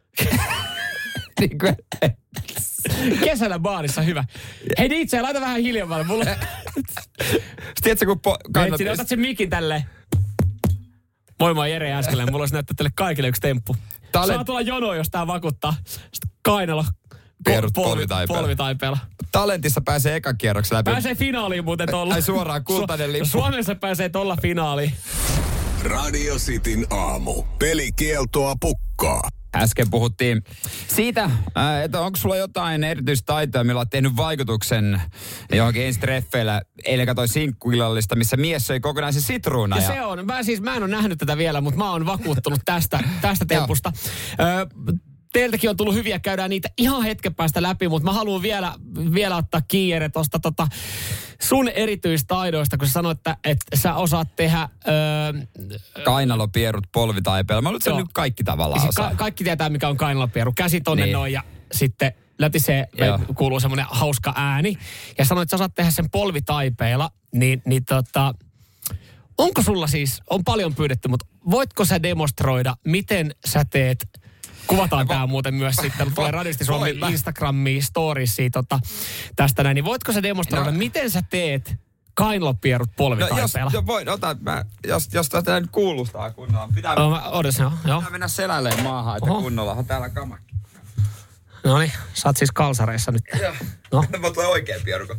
Kesällä baarissa hyvä. Hei DJ, laita vähän hiljemmalle mulle. Tiedätkö, kun otat sen mikin tälleen. Moi, mä oon Jere Jääskeläinen. Mulla olisi näyttää teille kaikille yksi temppu. Saa tulla jonoon, jos tää vakuuttaa. Sitten kainalo polvitaipeella. Talentissa pääsee ekan kierroksen läpi. Pääsee finaaliin muuten tolla. Ai suoraan kultainen lippu. Suomessa pääsee tolla finaaliin. Radio Cityn aamu. Pelikieltoa pukkaa. Äsken puhuttiin siitä, että onko sulla jotain erityistaitoja, millä olet tehnyt vaikutuksen johonkin ensitreffeillä. Eilen katsoin sinkkuillallista, missä mies söi kokonaisen sitruuna. Ja se on. Mä en ole nähnyt tätä vielä, mutta mä oon vakuuttunut tästä tempusta. Teiltäkin on tullut hyviä, käydään niitä ihan hetken päästä läpi, mutta mä haluan vielä ottaa kiire tuosta sun erityistaidoista, kun sä sanoit, että sä osaat tehdä... kainalopierut polvitaipeella. Mä luulen, että se nyt kaikki tavallaan osaa. Kaikki tietää, mikä on kainalopieru. Käsi tonne noin ja sitten lätisee kuuluu semmoinen hauska ääni. Ja sanoit, että sä osaat tehdä sen polvitaipeella, niin onko sulla siis, on paljon pyydetty, mutta voitko sä demonstroida, miten sä teet... Kuvataan tämä muuten myös sitten. Tulee Radisti Suomen Instagramiin storiesiin tästä näin. Niin voitko sä demonstroida, miten sä teet kainalopierut polvitaipeella? No voin, jos tätä nyt kuulustaa kunnolla. Pitää mennä selälleen maahan, että kunnolla on täällä kamakki. No niin, sä oot siis kalsareissa nyt. Joo. No. Mä tulee oikein pieruko.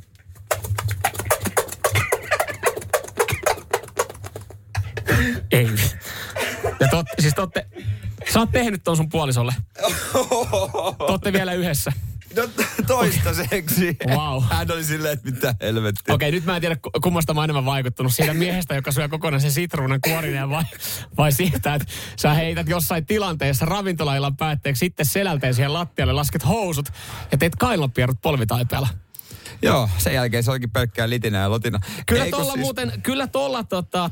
Ei. Ja sä oot tehnyt ton sun puolisolle. Te ootte vielä yhdessä. No toistaiseksi. Wow. Hän oli silleen, että mitä helvettiä. Okei, nyt mä en tiedä kummasta mä oon enemmän vaikuttunut. Siitä miehestä, joka syö kokonaan sen sitruunan kuorineen vai siitä, että sä heität jossain tilanteessa ravintolaillan päätteeksi sitten selälteen siihen lattialle, lasket housut ja teet kainalopierut polvitaipeella. Joo, sen jälkeen se olikin pelkkää litinä ja lotina. Kyllä tuolla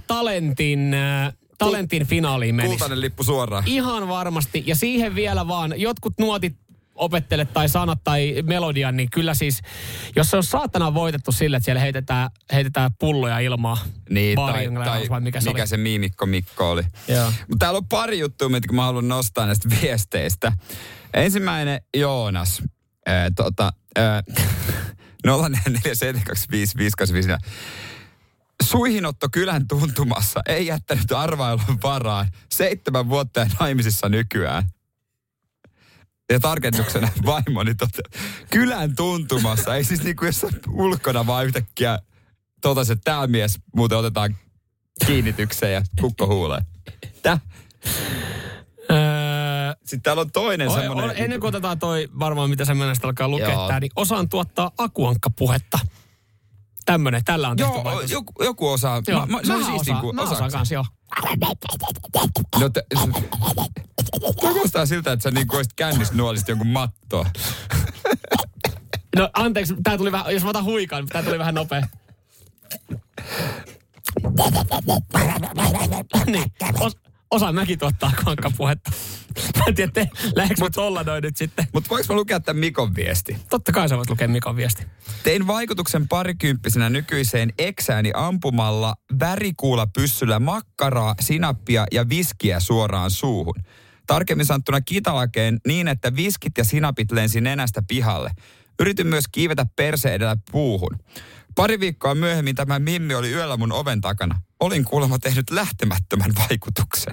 talentin finaaliin menisi. Kultainen lippu suoraan. Ihan varmasti. Ja siihen vielä vaan jotkut nuotit opettelet tai sanat tai melodian, niin kyllä siis, jos se on saatana voitettu sille, että siellä heitetään pulloja ilmaa. Niin, tai mikä se Miimikko Mikko oli. Mutta täällä on pari juttua, mitkä mä haluan nostaa näistä viesteistä. Ensimmäinen, Joonas. 04472555. Suihinotto kylän tuntumassa ei jättänyt arvailun varaan. 7 vuotta ja naimisissa nykyään. Ja tarkennuksena vaimoni kylän tuntumassa. Ei siis niinku jossain ulkona vaan yhtäkkiä totesi, että tää mies muuten otetaan kiinnitykseen ja kukko huuleen. Sitten täällä on toinen semmoinen... Ennen kuin otetaan varmaan mitä sä mennästä alkaa lukea tää, niin osaan tuottaa akuankkapuhetta. Tällä on tehty vaikutus. Joku osaa. Mä osaan kanssa, joo. No kuulostaa siltä, että sä niin kuin olisit kännisnuolista jonkun mattoa. No anteeksi, tää tuli vähän, jos mä otan huikaan, tää tuli vähän nopea. Niin, osaan mäkin tuottaa akuankkapuhetta. Mä en tiedä, lähdekö mä tolla noin nyt sitten. Mutta voiko mä lukea tämän Mikon viesti? Totta kai sä voit lukea Mikon viesti. Tein vaikutuksen parikymppisenä nykyiseen eksääni ampumalla värikuulapyssyllä makkaraa, sinappia ja viskiä suoraan suuhun. Tarkemmin sanottuna kitalakeen niin, että viskit ja sinapit lensi nenästä pihalle. Yritin myös kiivetä perse edellä puuhun. Pari viikkoa myöhemmin tämä Mimmi oli yöllä mun oven takana. Olin kuulemma tehnyt lähtemättömän vaikutuksen.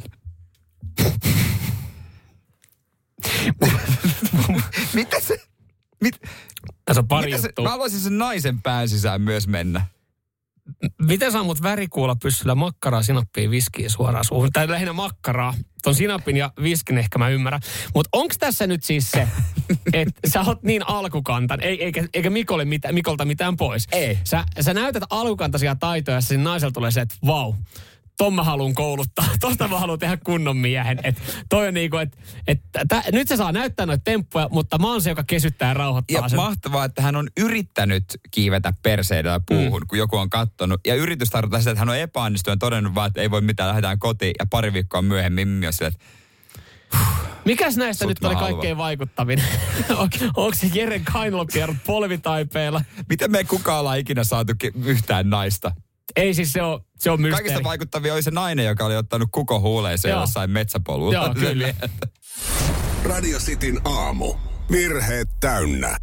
Mitä se... Tässä on pari juttua. Mä haluaisin sen naisen pään sisään myös mennä. Miten saa mut värikuulapyssyllä makkaraa, sinappia, viskiä suoraan suuhun? Tai lähinnä makkaraa. Ton sinapin ja viskin ehkä mä ymmärrän. Mutta onks tässä nyt siis se, että sä oot niin alkukantan, eikä Mikolta mitään pois. Ei. Sä näytät alkukantaisia taitoja ja siinä naisella tulee se, että vau. Ton mä haluun kouluttaa. Tosta mä haluun tehdä kunnon miehen. Toi on niinku, nyt se saa näyttää noita temppuja, mutta mä oon se, joka kesyttää ja rauhoittaa ja sen. Mahtavaa, että hän on yrittänyt kiivetä perseidellä puuhun, kun joku on kattonut. Ja yritys tarkoittaa sitä, että hän on epäonnistunut ja todennut vaan, että ei voi mitään, lähdetään kotiin. Ja pari viikkoa myöhemmin Mimmi on sille, että Mikäs näistä nyt oli kaikkein vaikuttavin? Onko se Jeren kainalopierut polvitaipeella? Miten me ei kukaan olla ikinä saatu yhtään naista? Ei siis se on mysteeri. Kaikista vaikuttavia oli se nainen, joka oli ottanut kukon huuleeseen jossain metsäpolulla. Joo, kyllä. Radio Cityn aamu. Virheet täynnä.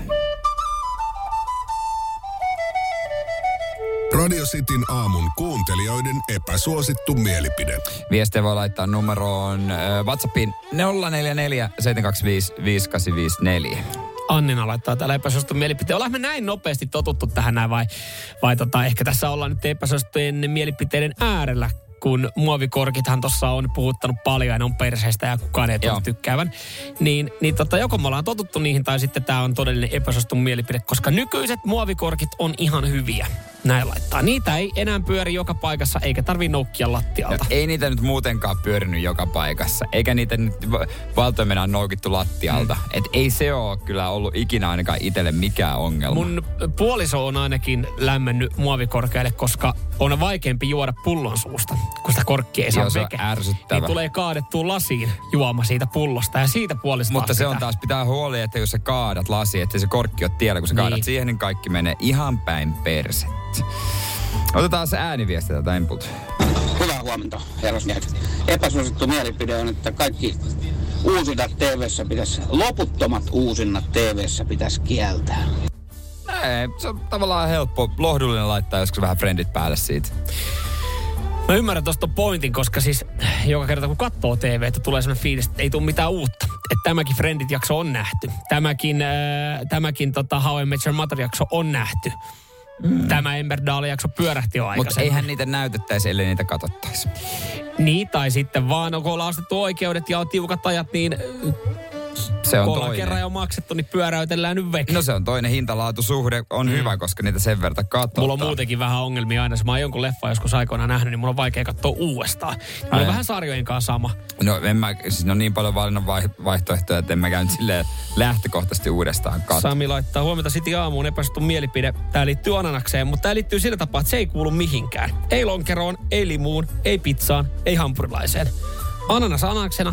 Radio Cityn aamun kuuntelijoiden epäsuosittu mielipide. Viestiä voi laittaa numeroon WhatsAppiin 044 725 5854. Annina laittaa täällä epäsuosittu mielipiteen. Ollaan me näin nopeasti totuttu tähän näin vai ehkä tässä ollaan nyt epäsuosittujen mielipiteiden äärellä, kun muovikorkithan tuossa on puhuttanut paljon ja ne on perseestä ja kukaan ei tunnu tykkäävän. Niin joko me ollaan totuttu niihin tai sitten tämä on todellinen epäsuosittu mielipide, koska nykyiset muovikorkit on ihan hyviä. Näin laittaa. Niitä ei enää pyöri joka paikassa, eikä tarvii noukkia lattialta. Ei niitä nyt muutenkaan pyörinyt joka paikassa. Eikä niitä nyt valtoimena noukittu lattialta. Et ei se ole kyllä ollut ikinä ainakaan itselle mikään ongelma. Mun puoliso on ainakin lämmennyt muovikorkealle, koska on vaikeampi juoda pullon suusta, kun sitä korkkia ei saa veke. Se on ärsyttävä. Niin tulee kaadettua lasiin juoma siitä pullosta ja siitä puolesta. Mutta se on taas pitää huoli, että jos sä kaadat lasiin, että se korkki on tiellä, kun sä kaadat siihen, niin kaikki menee ihan päin persettä. Otetaan se ääniviesti tätä input. Hyvää huomenta, herrasmiehet. Epäsuosittu mielipide on, että kaikki uusinnat TV:ssä loputtomat uusinnat TV:ssä pitäisi kieltää. Ei, se on tavallaan helppo, lohdullinen laittaa joskus vähän friendit päälle siitä. Mä ymmärrän tosta pointin, koska siis joka kerta kun katsoo TV:tä tulee sellainen fiilis, että ei tule mitään uutta. Että tämäkin Friendit-jakso on nähty. Tämäkin How I Met Your Mother-jakso on nähty. Tämä Emmerdale-jakso pyörähti jo aikaisemmin. Mutta eihän niitä näytettäisi, ellei niitä katsottaisi. Niin, tai sitten vaan, kun ollaan ostettu oikeudet ja on tiukat ajat, niin se on kun toinen. Kerran jo maksettu, niin pyöräytellään nyt veke. No se on toinen, hintalaatusuhde on hyvä, koska niitä sen verran katsotaan. Mulla on muutenkin vähän ongelmia aina. Jos mä oon jonkun leffa joskus aikoinaan nähnyt, niin mulla on vaikea katsoa uudestaan. Mulla on vähän sarjojen kanssa sama. No siis on niin paljon valinnan vaihtoehtoja, että en mä käynyt silleen lähtökohtaisesti uudestaan katsoa. Sami laittaa huomenta City aamuun epäsuosittu mielipide. Tää liittyy ananakseen, mutta tää liittyy sillä tapaa, että se ei kuulu mihinkään. Ei lonkeroon, ei limuun, ei pizzaan, ei hampurilaiseen. Ananas anaksena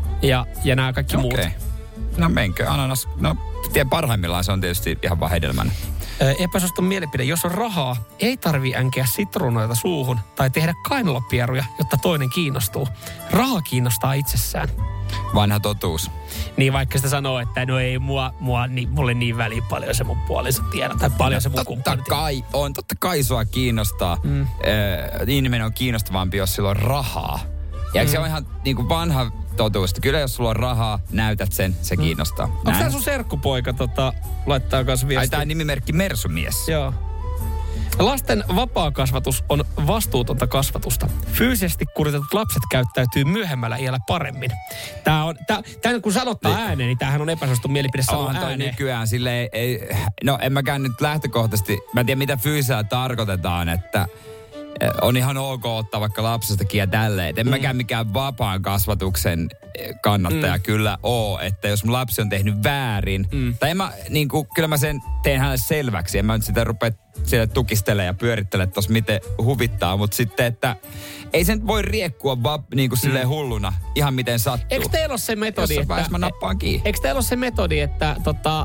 ja nämä kaikki muut. No menkö ananas? No parhaimmillaan se on tietysti ihan vaan hedelmänä. Epäsuosittu mielipide. Jos on rahaa, ei tarvii änkeä sitruunoita suuhun tai tehdä kainalopieruja, jotta toinen kiinnostuu. Raha kiinnostaa itsessään. Vanha totuus. Niin vaikka sitä sanoo, että no ei mulle niin väliä paljon se mun puoliso tiedä tai paljon se mun kumppani tiedä. Totta kai sua kiinnostaa. Ihminen on kiinnostavampi, jos sillä on rahaa. Ja se on ihan niin kuin vanha totuus. Kyllä jos sulla on rahaa, näytät sen, se kiinnostaa. Onko tää sun serkkupoika laittaa kanssa viestiä? Ai tää nimimerkki Mersumies. Joo. Lasten vapaakasvatus on vastuutonta kasvatusta. Fyysisesti kuritetut lapset käyttäytyy myöhemmällä iällä paremmin. Tää kun sanottaa ääneen, niin tämähän on epäsuosittu mielipide sanoa ääneen. Nykyään silleen no en mäkään nyt lähtökohtaisesti, mä en tiedä mitä fyysisellä tarkoitetaan, että on ihan ok ottaa vaikka lapsestakin ja tälleen. En mäkään mikään vapaan kasvatuksen kannattaja kyllä oo, että jos mun lapsi on tehnyt väärin, tai en mä, kyllä mä sen teen hänelle selväksi. En mä nyt sitä rupea siellä tukistelemaan ja pyörittelemaan tossa miten huvittaa, mutta sitten, että ei sen voi riekkua silleen hulluna ihan miten sattuu. Eikö teillä ole se metodi, jossain vaiheessa mä nappaan kiinni. Eikö teillä ole se metodi, että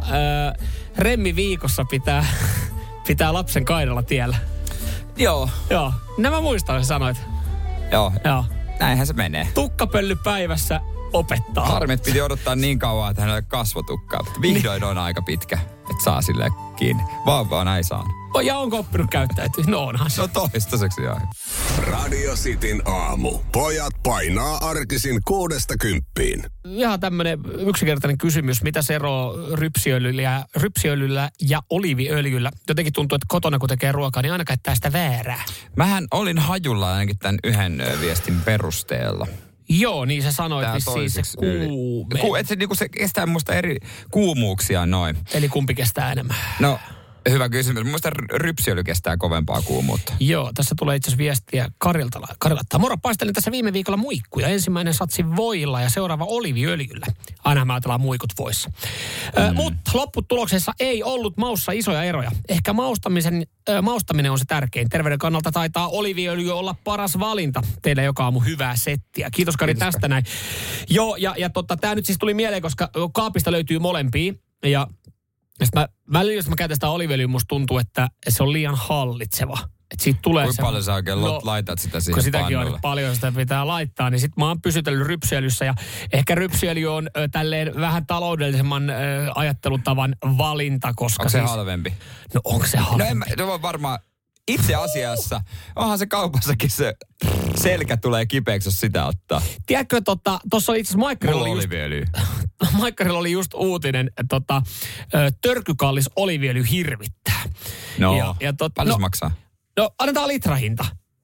remmi viikossa pitää lapsen kaidalla tiellä? Joo. Nämä muistan, sä sanoit. Joo. Näinhän se menee. Tukkapölly päivässä opettaa. Harmi, että piti odottaa niin kauan, että hänelle kasvotukkaa. Vihdoin on aika pitkä, että saa silleen kiinni. Vauvaa näin saanut. Ja onko oppinut käyttäytyä? No onhan se. No toistaiseksi joo. Radio Cityn aamu. Pojat painaa arkisin 6–10. Ihan tämmönen yksinkertainen kysymys. Mitä se eroa rypsiöljyllä ja oliiviöljyllä? Jotenkin tuntuu, että kotona kun tekee ruokaa, niin aina käyttää sitä väärää. Mähän olin hajulla ainakin tämän yhden viestin perusteella. Joo, niin sä sanoit vissiin se se kestää musta eri kuumuuksia noin. Eli kumpi kestää enemmän? No, Hyvä kysymys. Mun mielestä rypsiöljy kestää kovempaa kuumuutta. Joo, tässä tulee itse asiassa viestiä Karilta. Moro, paistelin tässä viime viikolla muikkuja. Ensimmäinen satsi voilla ja seuraava oliiviöljyllä. Aina me ajatellaan muikut voissa. Mutta lopputuloksessa ei ollut maussa isoja eroja. Ehkä maustaminen on se tärkein. Terveyden kannalta taitaa oliiviöljy olla paras valinta. Teille joka aamu hyvää settiä. Kiitos Kari tästä näin. Joo, ja tämä nyt siis tuli mieleen, koska kaapista löytyy molempia. Ja välillä, jos mä käytän sitä oliiviöljyä, musta tuntuu, että se on liian hallitseva. Että siitä tulee kuinka paljon sä oikein laitat sitä siihen kun sitäkin pannulle? on paljon, sitä pitää laittaa, niin sit mä oon pysytellyt rypsiöljyssä. Ja ehkä rypsiöljy on tälleen vähän taloudellisemman ajattelutavan valinta, koska onko se halvempi? No onko se halvempi? No on varmaan. Itse asiassa, onhan se kaupassakin se selkä tulee kipeäksi, jos sitä ottaa. Tiedätkö, tuossa oli itse asiassa Maikkarilla oli just uutinen, törkykallis oliiviöljy hirvittää. No, paljon se maksaa? No, annetaan litrahinta.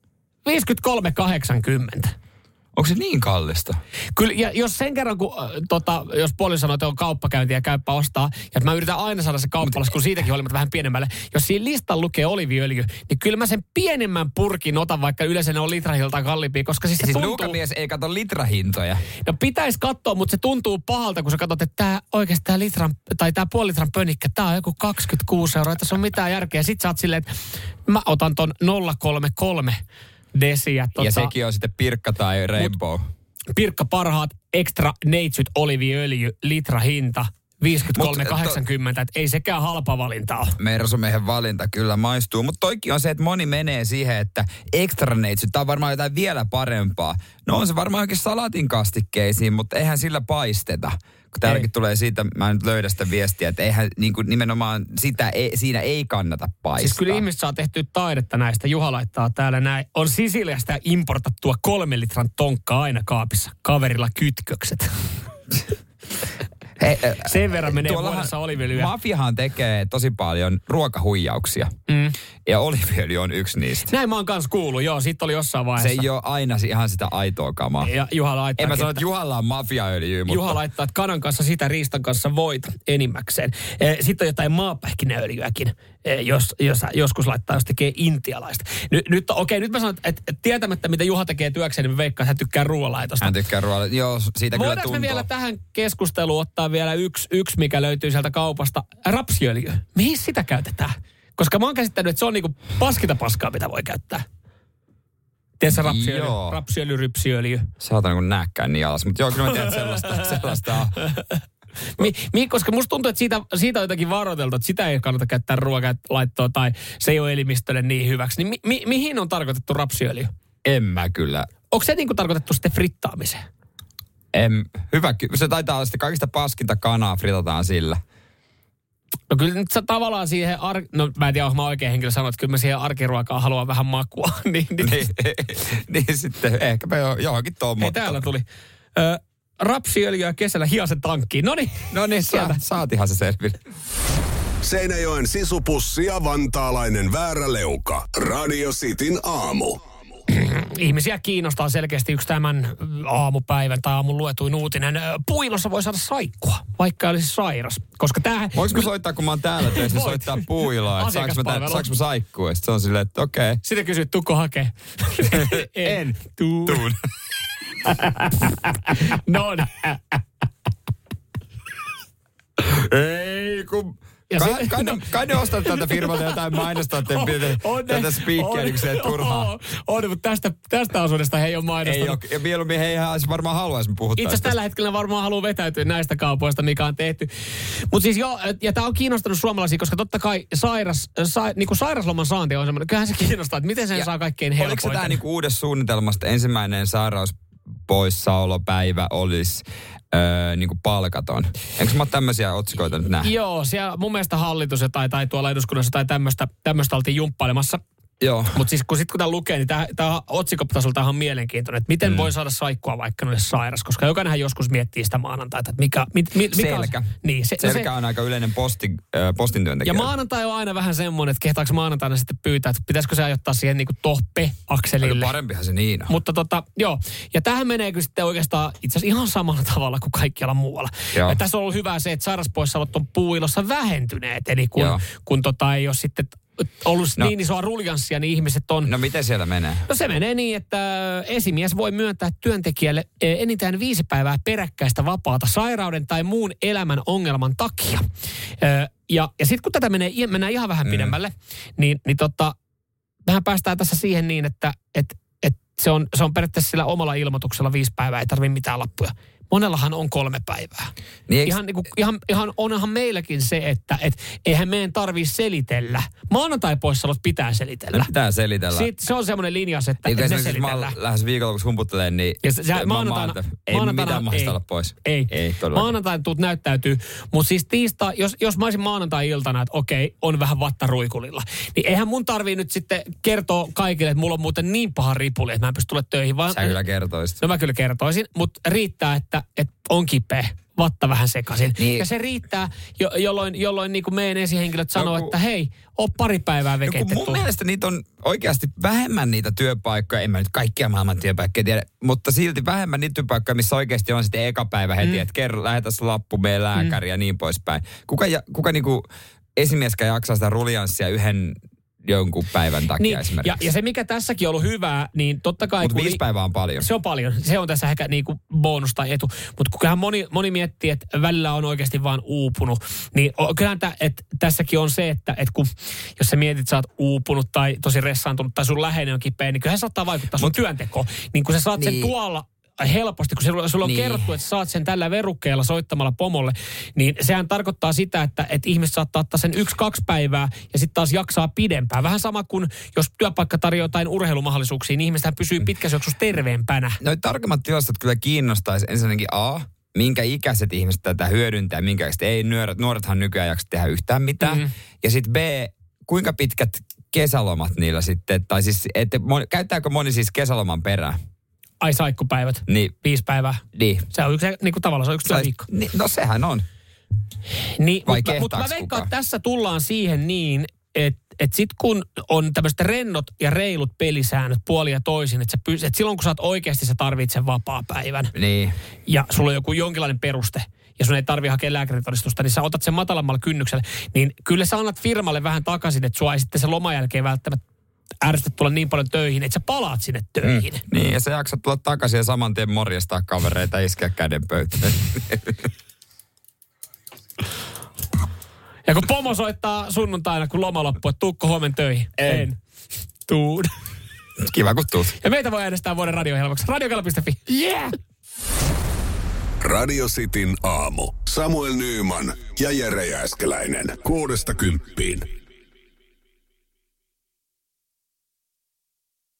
53,80. Onko se niin kallista? Kyllä, ja jos sen kerran, kun jos puoli sanoo, että on kauppakäynti ja käyppä ostaa, ja mä yritän aina saada se kauppalasku siitäkin huolimatta vähän pienemmälle. Jos siinä listalla lukee oliiviöljy, niin kyllä mä sen pienemmän purkin otan, vaikka yleensä ne on litrahiltaan kalliimpia, koska siis se tuntuu... nuukamies ei kato litrahintoja. No pitäisi katsoa, mutta se tuntuu pahalta, kun sä katsot, että tää oikeasti tää litran, tai tää puoli litran pönnikkä, tää on joku 26 €, että se on mitään järkeä. Sit sä oot silleen, että mä otan ton 0,33 desiä. Ja sekin on sitten Pirkka tai Rainbow. Pirkka parhaat extra neitsyt oliiviöljy litrahinta 53,80, että ei sekään halpa valinta ole. Mersumiehen valinta kyllä maistuu, mutta toikin on se, että moni menee siihen, että extra neitsyt, tämä on varmaan jotain vielä parempaa. No on se varmaan oikein salatin kastikkeisiin, mutta eihän sillä paisteta. Kun täälläkin tulee siitä, mä nyt löydän sitä viestiä, että eihän niin kuin nimenomaan siinä ei kannata paistaa. Siis kyllä ihmiset saa tehtyä taidetta näistä. Juha laittaa täällä näin. On Sisiliasta importattua 3 litran tonkkaa aina kaapissa. Kaverilla kytkökset. Sen verran menee vuodessa oliiviöljyä. Mafiahan tekee tosi paljon ruokahuijauksia. Ja oliiviöljy on yksi niistä. Näin mä oon kanssa kuullut, joo. Siitä oli jossain vaiheessa. Se ei ole aina ihan sitä aitoa kamaa. Ja Juha laittaa, en mä sano, että Juhalla on mafiaöljyä, mutta... Juha laittaa, että kanan kanssa sitä, riistan kanssa voit enimmäkseen. Sitten on jotain maapähkinäöljyäkin, jos joskus laittaa, jos tekee intialaista. Nyt mä sanon, että tietämättä mitä Juha tekee työkseen, niin mä veikkaan, että hän tykkää ruoanlaitosta. Hän tykkää ruoanlaitosta, joo, siitä kyllä tuntuu. Voidaanko me vielä tähän keskusteluun ottaa vielä yksi, mikä löytyy sieltä kaupasta? Rapsiöljy. Mihin sitä käytetään? Koska mä oon käsittänyt, että se on niinku paskita paskaa, mitä voi käyttää. Tiedätkö rapsiöljy, rypsiöljy? Saatan kun nääkkään niin alas, mutta joo, kyllä mä tiedän, että sellaista on. Koska musta tuntuu, että siitä on jotakin varoiteltu, että sitä ei kannata käyttää ruokalaittoa tai se ei ole elimistölle niin hyväksi. Niin mihin on tarkoitettu rapsiöljy? En mä kyllä. Onko se niinku tarkoitettu sitten frittaamiseen? Hyvä. Se taitaa olla sitten kaikista paskinta kanaa fritataan sillä. No kyllä nyt sä tavallaan siihen, no mä en tiedä, onko mä oikein henkilö sanoa, että kyllä mä siihen arkiruokaan haluan vähän makua. niin sitten ehkäpä johonkin tuon. Hei, täällä tuli rapsiöljyä kesällä hiasen tankkiin. Noniin, saatihan se selville. Seinäjoen sisupussi ja vantaalainen vääräleuka. Radio Cityn aamu. Ihmisiä kiinnostaa selkeästi yksi tämän aamupäivän tai aamun luetuin uutinen. Puilossa voi saada saikkua, vaikka olisi sairas. Koska tämähän... Voinko soittaa, kun mä oon täällä töissä, soittaa puiloa, että saanko mä saikkua? Sitten se on silleen, että okei. Sitten kysyt, tuukko hakee? En. Tuun. Ei, kun... Kai ne ostaa tältä firmalta jotain mainostaa, että tätä speakia niin se turhaa. On, mutta tästä osuudesta he ei ole mainostanut. Ei ole, ja mieluummin he ihan varmaan haluaisi puhuttaa. Itse asiassa tällä hetkellä varmaan haluaa vetäytyä näistä kaupoista, mikä on tehty. Mutta siis joo, ja tämä on kiinnostanut suomalaisia, koska totta kai niin kuin sairasloman saanti on semmoinen, kyllähän se kiinnostaa, että miten sen saa kaikkein helpoiten. Oliko se tämä niin uudessa suunnitelmasta ensimmäinen sairauspoissaolopäivä olisi... niin kuin palkaton. Enkö mä ole tämmöisiä otsikoita nyt nähdä? Joo, siellä mun mielestä hallitus tai tuolla eduskunnassa tai tämmöistä oltiin jumppailemassa. Joo. Mutta siis kun tämä lukee, niin tämä otsikkotasolta on mielenkiintoinen, että miten voi saada saikkua vaikka noille sairas, koska jokainenhan joskus miettii sitä maanantaita, että mikä selkä. Selkä on aika yleinen postin työntekijä. Ja maanantai on aina vähän semmoinen, että kehtaako maanantaina sitten pyytää, että pitäisikö se ajoittaa siihen niin kuin tohpe-akselille. Parempihan se niin on. Mutta joo, ja tähän menee kyllä sitten oikeastaan itse asiassa ihan samalla tavalla kuin kaikkialla muualla. Ja tässä on ollut hyvä se, että sairauspoissaolot on puuilossa vähentyneet, eli kun ei ole sitten ollut niin isoa ruljanssia, niin ihmiset on... No miten siellä menee? No se menee niin, että esimies voi myöntää työntekijälle enintään 5 päivää peräkkäistä vapaata sairauden tai muun elämän ongelman takia. Ja sitten kun tätä mennään ihan vähän pidemmälle, niin mehän päästään tässä siihen niin, että se on periaatteessa sillä omalla ilmoituksella 5 päivää, ei tarvitse mitään lappuja. Monellahan on 3 päivää. Niin ihan onhan meilläkin se, että eihän meidän tarvitse selitellä. Maanantai-poissaolot pitää selitellä. Ne pitää selitellä. Se on semmoinen linjas, että ne selitellään. Jos mä lähes viikolla humputtelen, niin ei mitään mahdollista olla pois. Ei maanantaina tuut näyttäytyy. Mutta siis tiistai, jos mä olisin maanantai-iltana, että okei, on vähän vattaruikulilla, niin eihän mun tarvii nyt sitten kertoa kaikille, että mulla on muuten niin paha ripuli, että mä en pysty tulemaan töihin. Sä kyllä kertoisit. No mä kyllä kertoisin, mutta riittää, että on kipeä, vatta vähän sekaisin. Niin. Ja se riittää, jolloin niin kuin meidän esihenkilöt sanoo, että hei, on 2 päivää veketetty. Mun mielestä niitä on oikeasti vähemmän niitä työpaikkoja, en mä nyt kaikkia maailman työpaikkoja tiedä, mutta silti vähemmän niitä työpaikkoja, missä oikeasti on sitten eka päivä heti, että lähetäs lappu, meidän lääkäri ja niin poispäin. Kuka niinku esimieskään jaksaa sitä ruljanssia yhden jonkun päivän takia niin, esimerkiksi. Ja se, mikä tässäkin on ollut hyvää, niin totta kai... Mutta 5 päivää on paljon. Se on paljon. Se on tässä ehkä niinku bonus tai etu. Mutta kyllähän moni miettii, että välillä on oikeasti vaan uupunut, niin kyllähän tässäkin on se, että kun jos sä mietit, että sä oot uupunut tai tosi ressaantunut tai sun läheinen on kipeä, niin kyllähän saattaa vaikuttaa sun työntekoon. Niin kun sä saat sen tuolla helposti, kun sulla on kerrottu, että saat sen tällä verukkeella soittamalla pomolle, niin sehän tarkoittaa sitä, että ihmiset saattaa ottaa sen 1-2 päivää ja sitten taas jaksaa pidempään. Vähän sama kuin jos työpaikka tarjoaa jotain urheilumahdollisuuksia, niin ihmisethän pysyy pitkässä juoksussa terveempänä. No tarkemmat tilastot kyllä kiinnostaisi ensinnäkin minkä ikäiset ihmiset tätä hyödyntää, minkä ikäiset ei. Nuorethan nykyään jaksa tehdä yhtään mitään. Ja sitten B, kuinka pitkät kesälomat niillä sitten, tai siis, käyttääkö moni siis kesäloman perään? Ai saikkupäivät. Niin. 5 päivää. Niin. Se on tavallaan se on yksi työviikko. Niin, no sehän on. Niin, mutta mä veikkaan, että tässä tullaan siihen niin, että sit kun on tämmöiset rennot ja reilut pelisäännöt puoli ja toisin, että silloin kun sä oot oikeasti, sä tarvitset sen vapaa-päivän. Niin. Ja sulla on joku jonkinlainen peruste, ja sun ei tarvitse hakea lääkäritodistusta, niin sä otat sen matalammalla kynnyksellä. Niin kyllä sä annat firmalle vähän takaisin, että sua ei sitten sen loman jälkeen välttämättä ärsytä tulla niin paljon töihin, että sä palaat sinne töihin. Niin, ja sä jaksat tulla takaisin ja saman tien morjestaa kavereita ja iskeä käden pöytään. Ja kun pomo soittaa sunnuntaina, kun loma loppuu, että tuukko huomen töihin? En. Tuun. Kiva, kun tuut. Ja meitä voi äänestää vuoden radiohelmaksi. Radiokala.fi. Yeah! Radio Cityn aamu. Samuel Nyyman ja Jere Jääskeläinen. 6–10.